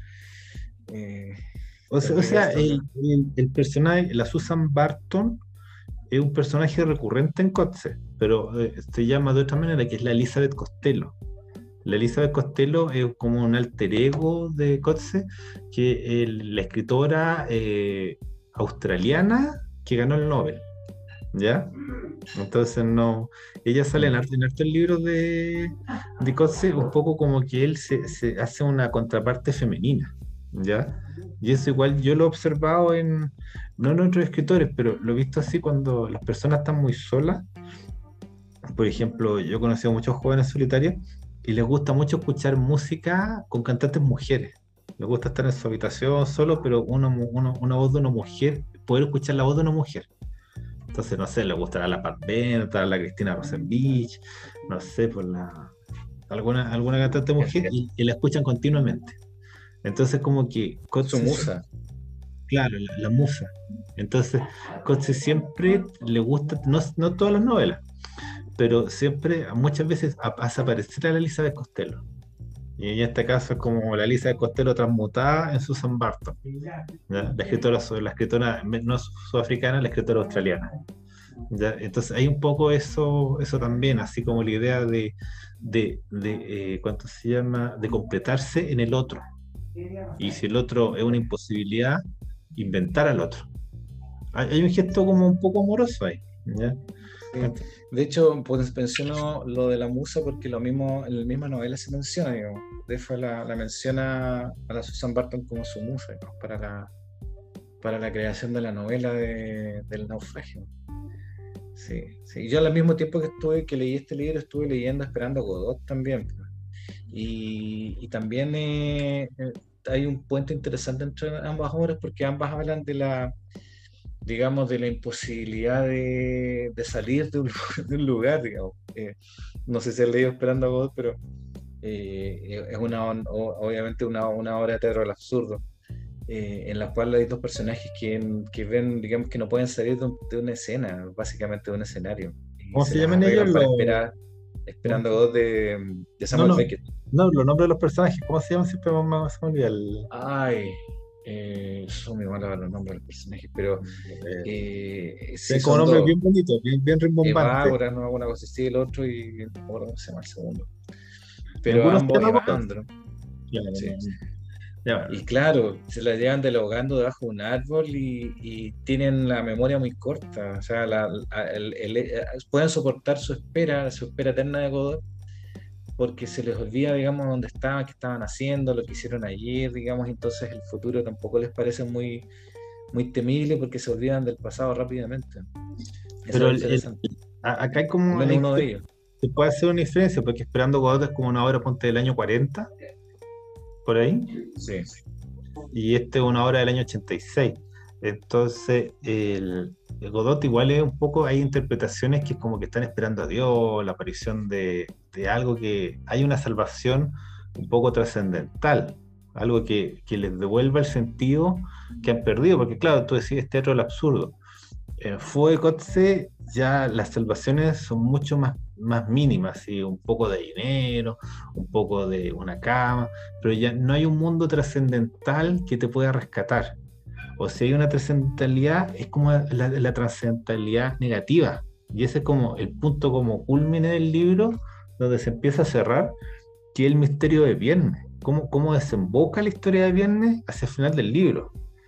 Eh, o es sea, esto, ¿no? el personaje, la Susan Barton, es un personaje recurrente en Coetzee, pero se llama de otra manera, que es la Elizabeth Costello. La Elizabeth Costello es como un alter ego de Coetzee, que la escritora australiana que ganó el Nobel, ¿ya? Entonces no, ella sale Mm. en hartos libros de Coetzee, un poco como que él se hace una contraparte femenina, ¿ya? Y eso igual yo lo he observado no en otros escritores, pero lo he visto así cuando las personas están muy solas. Por ejemplo, yo he conocido a muchos jóvenes solitarios y les gusta mucho escuchar música con cantantes mujeres. Les gusta estar en su habitación solo, pero una voz de una mujer, poder escuchar la voz de una mujer. Entonces, no sé, les gustará la Pat Benatar, la Cristina Rosenbich, no sé, alguna cantante mujer y la escuchan continuamente. Entonces, como que Su Coetzee, musa. claro, la musa. Entonces, Coetzee siempre le gusta, no todas las novelas, pero siempre, muchas veces hace aparecer a la Elizabeth Costello. Y en este caso es como la Elizabeth Costello transmutada en Susan Barton, ¿ya? La escritora no sudafricana, la escritora australiana. ¿Ya? Entonces hay un poco eso también, así como la idea ¿cuánto se llama? De completarse en el otro. Y si el otro es una imposibilidad, inventar al otro. Hay un gesto como un poco amoroso ahí, ¿ya? Sí. De hecho, pues menciono lo de la musa porque lo mismo, en la misma novela se menciona, digamos. Defa la menciona a la Susan Barton como su musa, digamos, para la creación de la novela del naufragio. Sí, sí. Yo al mismo tiempo que leí este libro, estuve leyendo Esperando a Godot también, pues. Y también hay un puente interesante entre ambas obras porque ambas hablan de la, digamos, de la imposibilidad de salir de un, de un lugar, digamos. No sé si has leído Esperando a Godot, pero es obviamente una obra de teatro del absurdo, en la cual hay dos personajes que ven, digamos, que no pueden salir de una escena, básicamente de un escenario, y ¿Cómo se se las llaman ellos? arreglan para esperar, Esperando a Godot de No, Samuel no, Beckett. no, los nombres de los personajes, ¿cómo se llaman? Siempre se me olvida Ay, son muy malos los nombres de los personajes, pero sí, tienen como son nombres dos. bien bonitos, bien rimbombantes. Evagora, ¿no? Alguna cosa así, el otro y no me acuerdo cómo se llama el segundo. Pero Ninguno se ambos, llama Godot. Evandro, Claro, sí. ya, bueno. Y claro, se la llevan dialogando debajo de un árbol y tienen la memoria muy corta. O sea, pueden soportar su espera eterna de Godot, porque se les olvida, digamos, dónde estaban, qué estaban haciendo, lo que hicieron ayer, digamos, y entonces el futuro tampoco les parece muy temible porque se olvidan del pasado rápidamente. Eso Pero es interesante. acá hay Al como, menos uno de ellos. se puede hacer una diferencia, porque Esperando Godot es como una obra, ponte del año 40, por ahí, Sí. y este es una obra del año 86. Entonces, el Godot igual es un poco, hay interpretaciones que es como que están esperando a Dios, la aparición de algo que hay una salvación un poco trascendental, algo que les devuelva el sentido que han perdido, porque claro, tú decís teatro del absurdo. En Fue Kotze ya las salvaciones son mucho más mínimas, ¿sí? Un poco de dinero, un poco de una cama, pero ya no hay un mundo trascendental que te pueda rescatar. O si hay una trascendentalidad, es como la trascendentalidad negativa. Y ese es como el punto como culmine del libro, donde se empieza a cerrar, que es el misterio de Viernes. Cómo desemboca la historia de Viernes hacia el final del libro.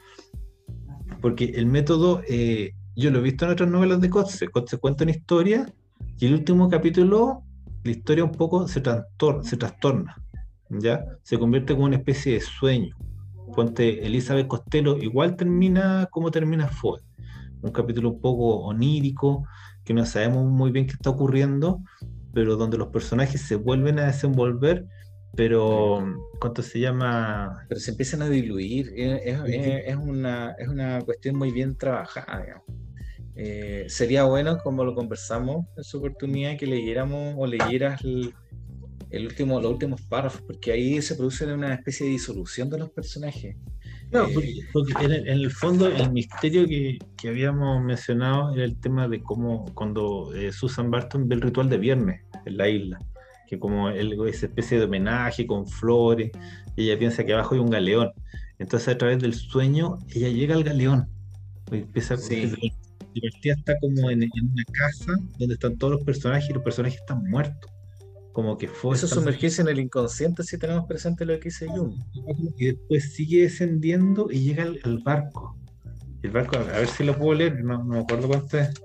Porque el método, yo lo he visto en otras novelas de Coetzee. Coetzee cuenta una historia y el último capítulo, la historia un poco se trastorna, ¿ya? Se convierte como una especie de sueño. Ponte Elizabeth Costello, igual termina como termina Fue. Un capítulo un poco onírico, que no sabemos muy bien qué está ocurriendo, pero donde los personajes se vuelven a desenvolver, Sí. pero ¿cuánto se llama? Pero se empiezan a diluir. Es una cuestión muy bien trabajada, digamos. Sería bueno, como lo conversamos en su oportunidad, que leyéramos o leyeras los últimos párrafos, porque ahí se produce una especie de disolución de los personajes. Claro, porque en el fondo el misterio que habíamos mencionado era el tema de cómo cuando Susan Barton ve el ritual de viernes en la isla, que como esa especie de homenaje con flores, y ella piensa que abajo hay un galeón. Entonces a través del sueño ella llega al galeón. Y empieza, Sí, y partida está como en una casa donde están todos los personajes y los personajes están muertos. Como que fue eso esta sumergirse en el inconsciente si tenemos presente lo que dice Jung. y después sigue descendiendo y llega al barco. Y el barco, a ver si lo puedo leer, no me acuerdo cuánto es.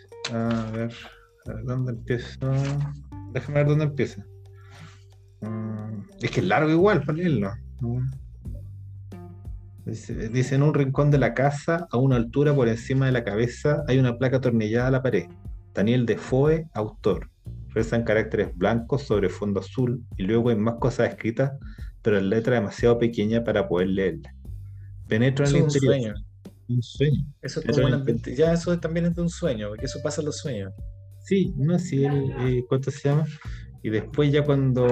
A ver dónde empieza. Déjame ver dónde empieza. Es que es largo igual para leerlo. Dice, en un rincón de la casa, a una altura por encima de la cabeza, hay una placa atornillada a la pared. Daniel Defoe, autor. Reza en caracteres blancos sobre fondo azul y luego hay más cosas escritas, pero en letra demasiado pequeña para poder leerla. Penetro en Eso el es un interior. sueño. Un sueño. Eso es Penetro como en un el interior. ambiente. Ya eso también es de un sueño, porque eso pasa en los sueños. Sí, no, sí, ¿cuánto se llama? Y después ya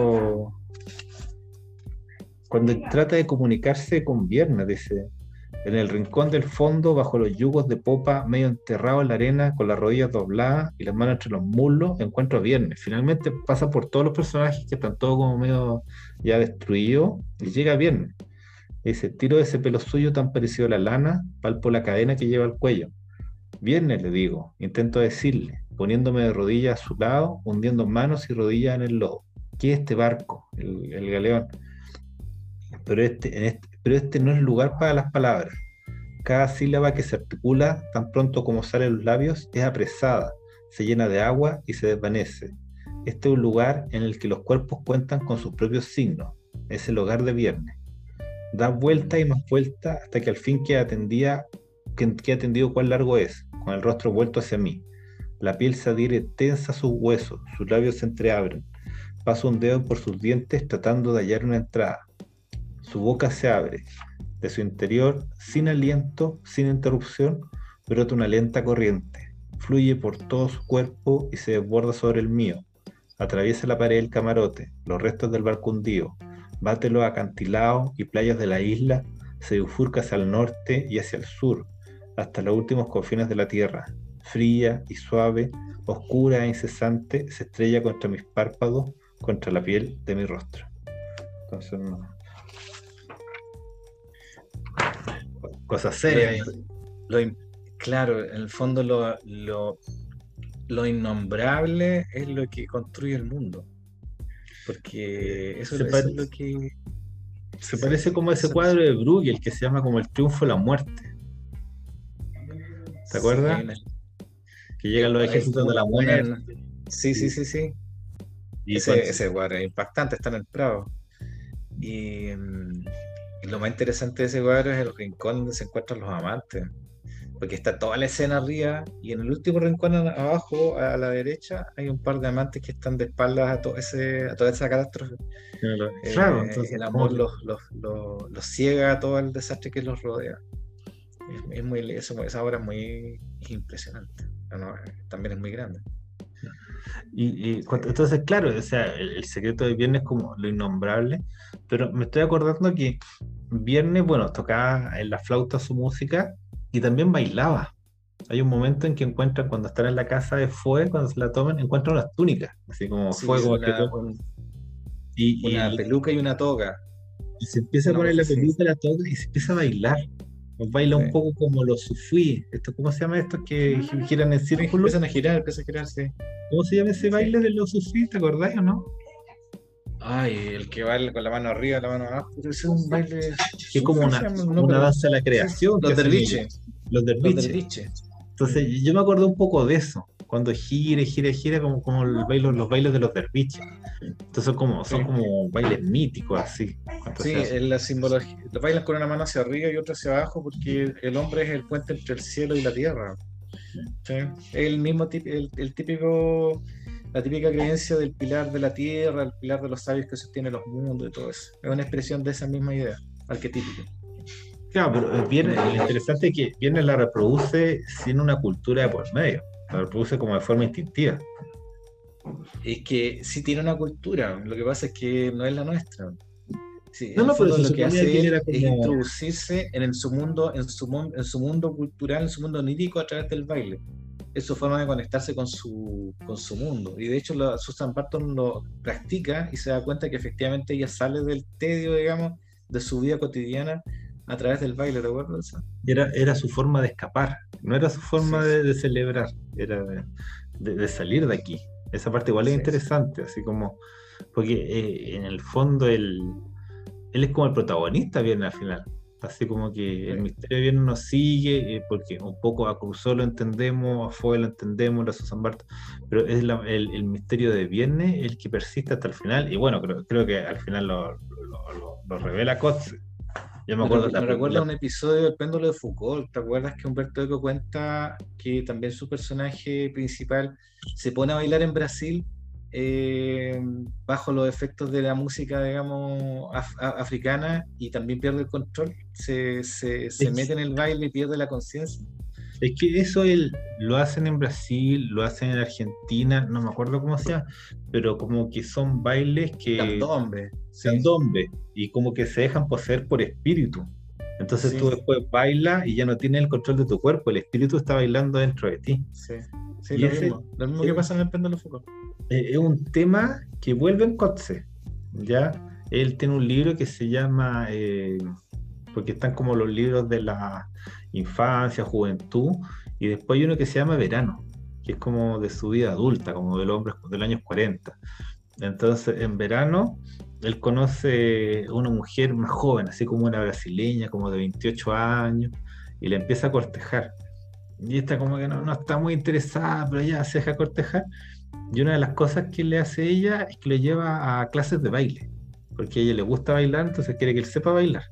cuando trata de comunicarse con Vierna, dice, en el rincón del fondo, bajo los yugos de popa, medio enterrado en la arena, con las rodillas dobladas y las manos entre los muslos, encuentro a Viernes. Finalmente pasa por todos los personajes que están todos como medio ya destruidos y llega Viernes. Dice, tiro de ese pelo suyo tan parecido a la lana, palpo la cadena que lleva al cuello. Viernes, le digo, intento decirle, poniéndome de rodillas a su lado, hundiendo manos y rodillas en el lodo. ¿Qué es este barco? El galeón. Pero este no es lugar para las palabras. Cada sílaba que se articula, tan pronto como sale de los labios, es apresada, se llena de agua y se desvanece. Este es un lugar en el que los cuerpos cuentan con sus propios signos. Es el hogar de Viernes. Da vuelta y más vuelta hasta que al fin queda tendido cuán largo es, con el rostro vuelto hacia mí. La piel se adhiere tensa a sus huesos, sus labios se entreabren. Paso un dedo por sus dientes tratando de hallar una entrada. Su boca se abre. De su interior, sin aliento, sin interrupción, brota una lenta corriente. Fluye por todo su cuerpo y se desborda sobre el mío. Atraviesa la pared del camarote, los restos del barco hundido, bate los acantilados y playas de la isla, se bifurca hacia el norte y hacia el sur, hasta los últimos confines de la tierra. Fría y suave, oscura e incesante, se estrella contra mis párpados, contra la piel de mi rostro. Entonces, cosas serias. Claro, en el fondo lo innombrable es lo que construye el mundo. Porque eso es lo que... Se parece como ese cuadro de Bruegel que se llama como El triunfo de la muerte. ¿Te acuerdas? Que llegan los ejércitos de la muerte. Sí. Y ese cuadro es impactante, está en el Prado. Y lo más interesante de ese cuadro es el rincón donde se encuentran los amantes. Porque está toda la escena arriba y en el último rincón abajo, a la derecha, hay un par de amantes que están de espaldas a toda esa catástrofe. Claro, entonces, el amor los ciega a todo el desastre que los rodea. Esa obra es muy impresionante. También es muy grande. Entonces, claro, o sea, el secreto de Viernes es como lo innombrable, pero me estoy acordando que Viernes, bueno, tocaba en la flauta su música y también bailaba. Hay un momento en que encuentran, cuando están en la casa de Fue, cuando se la toman, encuentran unas túnicas, así como fuego. Una peluca y una toga. Y se empieza a poner la peluca, la toga y se empieza a bailar. Baila un poco como los sufí. ¿Cómo se llama estos que giran en círculo? Empiezan a girar, sí. ¿Cómo se llama ese baile de los sufí? ¿Te acordás o no? Ay, el que baila con la mano arriba, la mano abajo. Pero ese es un baile. Que es como una danza de la creación. Los derviches. Los derviches. Entonces, yo me acordé un poco de eso. Cuando gira, como los bailes de los derviches. Entonces son como bailes míticos, así. Sí, es la simbología. Los bailan con una mano hacia arriba y otra hacia abajo porque el hombre es el puente entre el cielo y la tierra. ¿Sí? El mismo la típica creencia del pilar de la tierra, el pilar de los sabios que sostiene los mundos y todo eso. Es una expresión de esa misma idea, arquetípica. Claro, pero viene, lo interesante es que viene la reproduce sin una cultura de por medio, la reproduce como de forma instintiva. Es que sí tiene una cultura, lo que pasa es que no es la nuestra. Sí, No, en el no, pero fondo se lo que suponía que hace él él era es como, introducirse en su mundo, en su mundo cultural, en su mundo onírico a través del baile. Es su forma de conectarse con su mundo. Y de hecho Susan Parton lo practica y se da cuenta que efectivamente ella sale del tedio, digamos, de su vida cotidiana a través del baile, ¿recuerdas eso? era su forma de escapar, no era su Sí, forma de celebrar, era de salir de aquí. Esa parte igual es sí, sí. interesante, así como, porque en el fondo él es como el protagonista viene al final. Así como que el Sí. misterio de Viernes nos sigue, porque un poco a Crusoe lo entendemos, a Foe lo entendemos, a Susan Barton, pero es el misterio de Viernes el que persiste hasta el final. Y bueno, creo que al final lo revela Coates. Yo me acuerdo Me recuerda un episodio del péndulo de Foucault. ¿Te acuerdas que Humberto Eco cuenta que también su personaje principal se pone a bailar en Brasil eh, bajo los efectos de la música, digamos, africana y también pierde el control? Se es, mete en el baile y pierde la conciencia. es que eso lo hacen en Brasil, lo hacen en Argentina, no me acuerdo cómo se llama, pero como que son bailes que Candombe, sí, candombe y como que se dejan poseer por espíritu. Entonces sí, tú después bailas y ya no tienes el control de tu cuerpo, el espíritu está bailando dentro de ti. sí, sí, Y ese lo mismo es que un, pasa en el péndulo de Foucault. es un tema que vuelve en Coetzee, ¿ya? Él tiene un libro que se llama, porque están como los libros de la infancia, juventud, y después hay uno que se llama Verano, que es como de su vida adulta, como del hombre de los años 40. Entonces, en verano, él conoce una mujer más joven, así como una brasileña, como de 28 años, y le empieza a cortejar. Y esta como que no está muy interesada, pero ya se deja cortejar. Y una de las cosas que le hace ella es que lo lleva a clases de baile, porque a ella le gusta bailar, entonces quiere que él sepa bailar.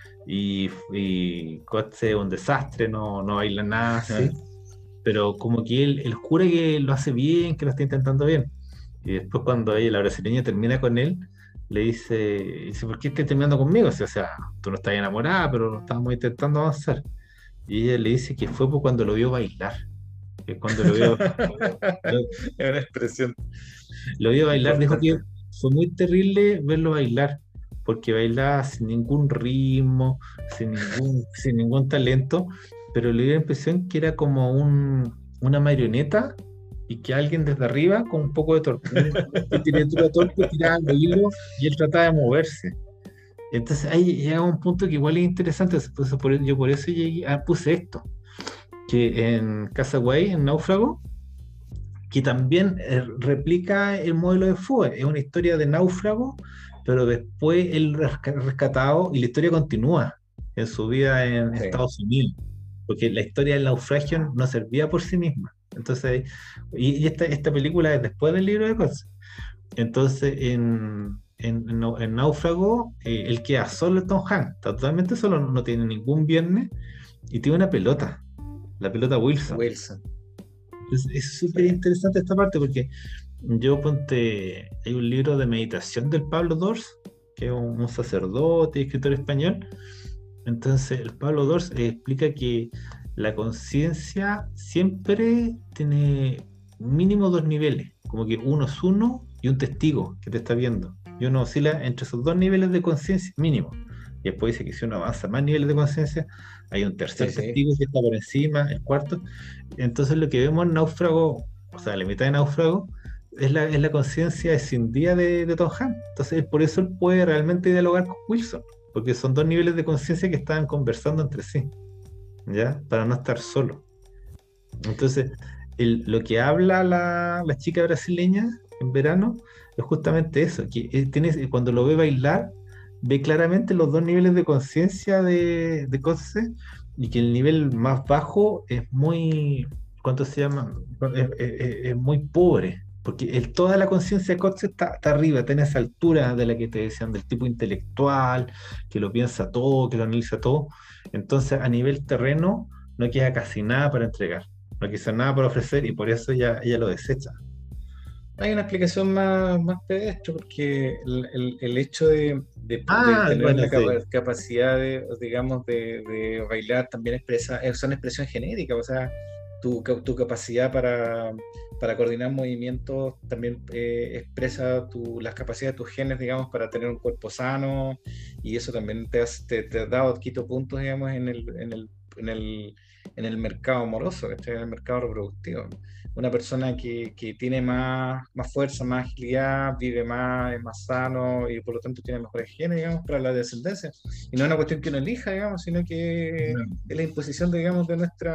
Y Kotze es un desastre, no baila nada así, pero como que él jura que lo hace bien, que lo está intentando bien. Y después cuando ella, la brasileña, termina con él, dice, ¿por qué estás terminando conmigo? O sea, tú no estás enamorada, pero estábamos intentando avanzar. Y ella le dice que fue por cuando lo vio bailar. Que cuando lo, Es una expresión lo vio bailar, dijo que importante. fue muy terrible verlo bailar, porque bailaba sin ningún ritmo, sin ningún talento, pero le dio la impresión que era como una marioneta y que alguien desde arriba, con un poco de torpe, tiratura torpe, tiraba el hilo y él trataba de moverse. Entonces ahí llega un punto que igual es interesante, yo por eso llegué, puse esto, que en Castaway, en Náufrago, que también replica el modelo de Fue. Es una historia de náufrago, pero después él rescatado y la historia continúa en su vida en Sí. Estados Unidos, porque la historia del naufragio no servía por sí misma. Entonces, y esta película es después del libro de cosas. Entonces, en Náufrago, él queda solo, Tom Hanks, está totalmente solo, no tiene ningún viernes y tiene una pelota, la pelota Wilson. Wilson. Es súper Sí. interesante esta parte porque hay un libro de meditación del Pablo Dors, que es un sacerdote y escritor español. Entonces, el Pablo Dors explica que la conciencia siempre tiene mínimo dos niveles, como que uno es uno y un testigo que te está viendo. Y uno oscila entre esos dos niveles de conciencia mínimo. Y después dice que si uno avanza más niveles de conciencia, hay un Sí, tercer sí. testigo que está por encima, el cuarto. Entonces lo que vemos en Náufrago, o sea, la mitad de Náufrago, es la conciencia escindida de Tom Hanks. Entonces por eso él puede realmente dialogar con Wilson, porque son dos niveles de conciencia que estaban conversando entre sí, ¿ya? Para no estar solo. Entonces, lo que habla la chica brasileña en verano es justamente eso, que cuando lo ve bailar, ve claramente los dos niveles de conciencia de Coetzee y que el nivel más bajo es muy, ¿cuánto se llama? Es muy pobre, porque toda la conciencia de Coetzee está arriba, está en esa altura de la que te decían, del tipo intelectual, que lo piensa todo, que lo analiza todo. Entonces, a nivel terreno, no queda casi nada para entregar, no quiso nada para ofrecer y por eso ella lo desecha. hay una explicación más pedestre, porque el hecho de Ah, tener bueno, la sí. capacidad de, digamos, de bailar también expresa, son expresión genética, o sea, tu capacidad para coordinar movimientos también expresa las capacidades de tus genes, digamos, para tener un cuerpo sano, y eso también te da o quito puntos, digamos, en el, en el mercado amoroso, ¿cachai? En el mercado reproductivo. Una persona que tiene más fuerza, más agilidad, vive más, es más sano y por lo tanto tiene mejores genes, digamos, para la descendencia. Y no es una cuestión que uno elija, digamos, sino que es la imposición, digamos,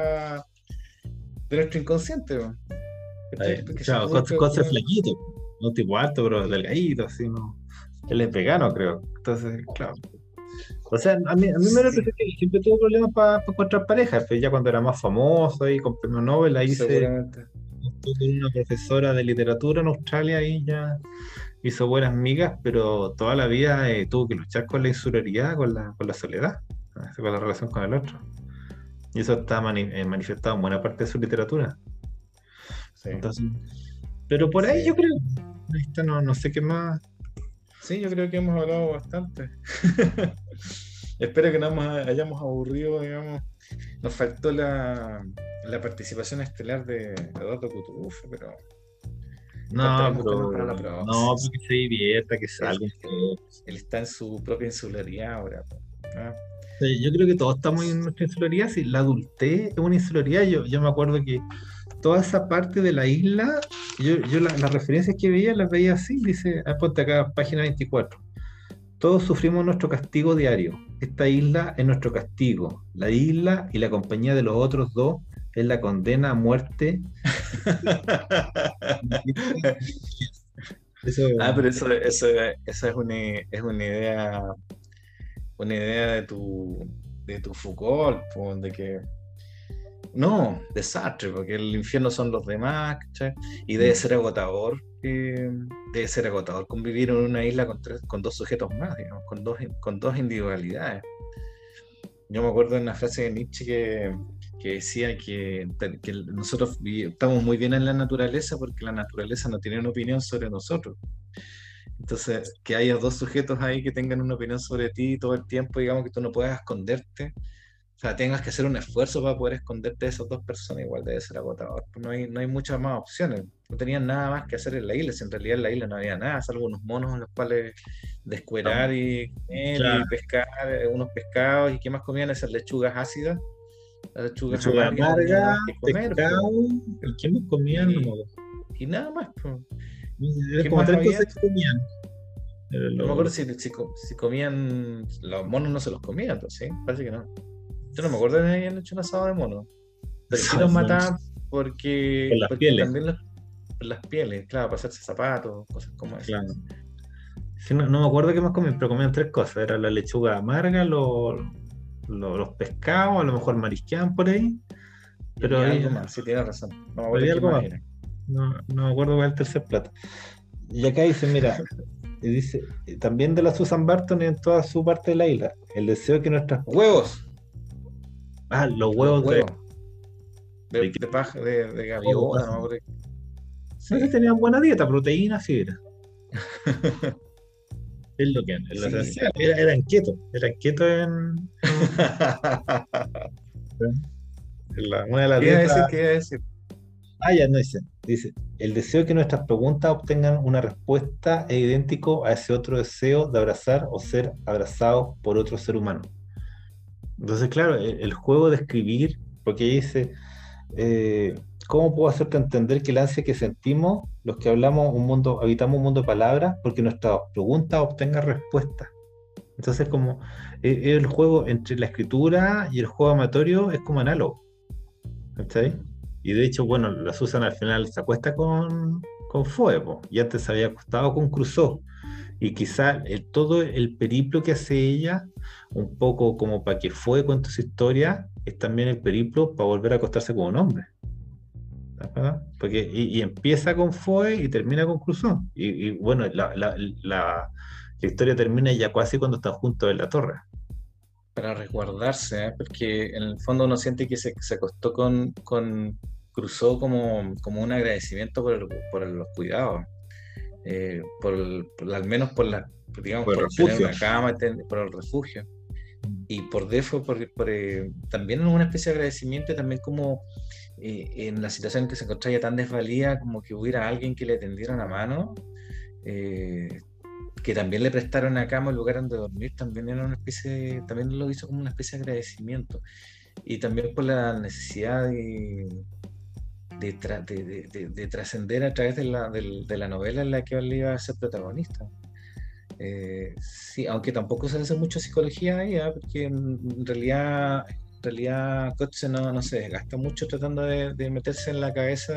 de nuestro inconsciente, ¿no? ¿Cachai? Porque si Claro, tú ves cosas flaquito, no tipo alto, pero delgadito, así, ¿no? Él es vegano, creo. Entonces, claro. O sea, a mí me lo sí, parece que siempre tuvo problemas para encontrar pareja, pero ya cuando era más famoso y con premio Nobel, ahí se seguramente. juntó con una profesora de literatura en Australia y ya hizo buenas migas, pero toda la vida tuvo que luchar con la insularidad, con la soledad, ¿no? Con la relación con el otro. Y eso está manifestado en buena parte de su literatura. Sí, Entonces, pero por ahí yo sí. creo, ahí está, no sé qué más. Sí, yo creo que hemos hablado bastante. Espero que no hayamos aburrido, digamos. Nos faltó la participación estelar de Eduardo Cutufo, pero No, encontraremos temas para pero la próxima. no, porque se divierta, que Él, salga un él- poco. él está en su propia insularidad ahora, po, ¿no? Sí, yo creo que todos estamos en nuestra insularidad. Si la adultez es una insularidad, yo me acuerdo que toda esa parte de la isla, yo las referencias que veía las veía así, dice, ponte acá, página 24. Todos sufrimos nuestro castigo diario. Esta isla es nuestro castigo. La isla y la compañía de los otros dos es la condena a muerte. Eso, Ah, pero eso una idea de tu Foucault, po, de que no, desastre, porque el infierno son los demás, ¿cachai? Y debe ser agotador convivir en una isla con dos sujetos más, digamos, con dos individualidades. Yo me acuerdo de una frase de Nietzsche que decía que nosotros estamos muy bien en la naturaleza porque la naturaleza no tiene una opinión sobre nosotros. Entonces, que haya dos sujetos ahí que tengan una opinión sobre ti todo el tiempo, digamos que tú no puedas esconderte, o sea, tengas que hacer un esfuerzo para poder esconderte de esas dos personas, igual debe ser agotador. No hay muchas más opciones. No tenían nada más que hacer en la isla, si en realidad en la isla no había nada, salvo unos monos en los cuales descuerar y comer y claro, pescar unos pescados. ¿Y qué más comían? Esas lechugas ácidas, las lechugas lechuga amargas, no tenían nada amarga, más que comer, pescado, po. ¿y qué más comían? No me Y, acuerdo. y nada más, po. Eran ¿Qué como más tres había? cosas que comían. Era No me acuerdo si comían, los monos no se los comían, entonces, ¿sí? Parece que no. Yo no me acuerdo de que hayan hecho un asado de mono, pero sí los mataban con las porque pieles, también las pieles, claro, para hacerse zapatos, cosas como eso. claro. Sí, no me acuerdo qué más comían, pero comían tres cosas. Era la lechuga amarga, los pescados, a lo mejor marisqueaban por ahí, Y pero algo más, sí, tienes razón. No me acuerdo había qué algo más más. era. No me acuerdo cuál es el tercer plato. Y acá dice, mira, dice, también de la Susan Barton en toda su parte de la isla, el deseo que nuestras... Huevos, Los los huevos de... huevos, ¿De qué? de paja, de Huevos, gaviota, no me pasa. acuerdo. No sé si Sí, tenían buena dieta, proteína, fibra. Es lo que es lo sí. esencial. Eran keto una de las ¿Qué iba a dietas. decir? ¿Qué iba a decir? Ah, ya no dice. Dice, el deseo que nuestras preguntas obtengan una respuesta es idéntico a ese otro deseo de abrazar o ser abrazados por otro ser humano. Entonces, claro, el juego de escribir, porque ahí dice, eh, ¿cómo puedo hacerte entender que el ansia que sentimos, los que habitamos un mundo de palabras, porque nuestras preguntas obtengan respuestas? Entonces, como el juego entre la escritura y el juego amatorio es como análogo, ¿cachai? Y de hecho, bueno, la Susan al final se acuesta con Foe, po, y antes se había acostado con Crusoe. Y quizá todo el periplo que hace ella, un poco como para que Foe cuente su historia, es también el periplo para volver a acostarse con un hombre. ¿Verdad? Porque, y empieza con Foe y termina con Crusoe. Y bueno, la historia termina ya casi cuando están juntos en la torre. Para resguardarse, ¿eh? Porque en el fondo uno siente que se acostó con Crusoe como un agradecimiento por los cuidados. al menos digamos, Por por tener refugio. una cama, por el refugio. Y por defo, también una especie de agradecimiento y también como en la situación en que se encontraba tan desvalida, como que hubiera alguien que le tendiera una mano, que también le prestaron una cama, un lugar donde dormir, también era una especie, también lo hizo como una especie de agradecimiento. Y también por la necesidad de trascender a través de la novela en la que él iba a ser protagonista. Sí, aunque tampoco se hace mucho psicología ahí, porque en realidad Coetzee no se desgasta mucho tratando de meterse en la cabeza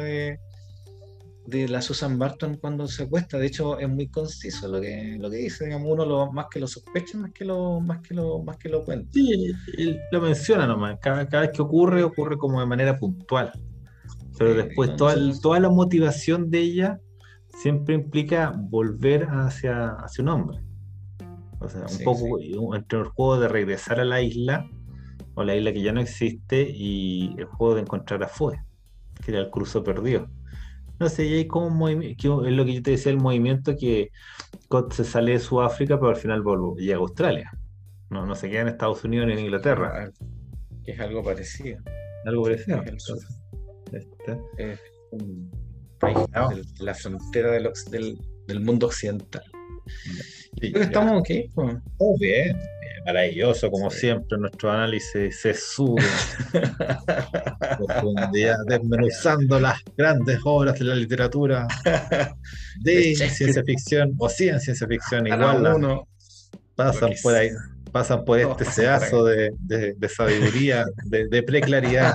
de la Susan Barton cuando se acuesta. De hecho, es muy conciso lo que dice, digamos, uno más que lo sospecha, más que lo cuenta. Sí, él lo menciona nomás. Cada vez que ocurre, ocurre como de manera puntual. Pero después toda la motivación de ella siempre implica volver hacia un hombre. O sea, un Sí, poco sí. entre el juego de regresar a la isla, o la isla que ya no existe, y el juego de encontrar a Fue, que era el cruzo perdido. No sé, y hay como un movimiento, es lo que yo te decía, el movimiento que Scott se sale de Sudáfrica, pero al final llega a Australia. No se queda en Estados Unidos ni en Inglaterra. Claro, que es algo parecido, Algo que parecido. es el sur. Entonces, este, Es un país no, de la frontera del mundo occidental. sí, Creo que ya. estamos ok, pues. Todo bien, bien, maravilloso, como Sí. siempre, nuestro análisis sesudo, profundidad, desmenuzando las grandes obras de la literatura De de ciencia Shakespeare ficción o ciencia ficción, a la igual uno, lo que pasan por ahí, pasan por todos este pasan por ahí. sedazo de sabiduría, de preclaridad.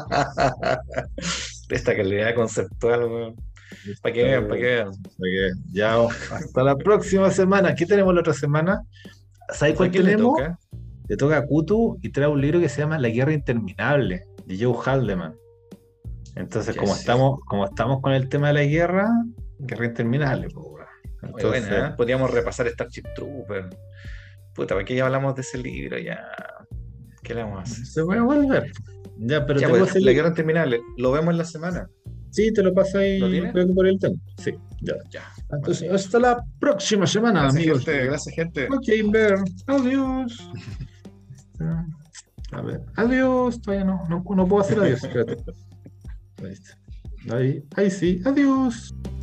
Esta calidad conceptual, weón. Para que vean, para que vean. Ya, hasta la próxima semana. ¿Qué tenemos la otra semana? ¿Sabes ¿A cuál quién le tenemos? toca? Le toca a Kutu y trae un libro que se llama La Guerra Interminable, de Joe Haldeman. Entonces, Ya sí. como estamos con el tema de la guerra interminable, pues, weón. Muy Entonces, buena, ¿eh? Podríamos repasar Starship Trooper. Puta, ¿para qué ya hablamos de ese libro? Ya. ¿Qué le vamos a hacer? se va a volver. Ya, pero Ya, tengo pues, ese la libro. guerra interminable. Lo vemos en la semana. Sí, te lo paso ¿Lo ahí, tiene? creo que por el tema. Sí, ya. Ya. Entonces, Maravilloso. hasta la próxima semana, Gracias, amigos. gente. Gracias, gente. Ok, ver. Adiós. A ver, adiós. Todavía no puedo hacer adiós. Espérate. Ahí, ahí sí, adiós.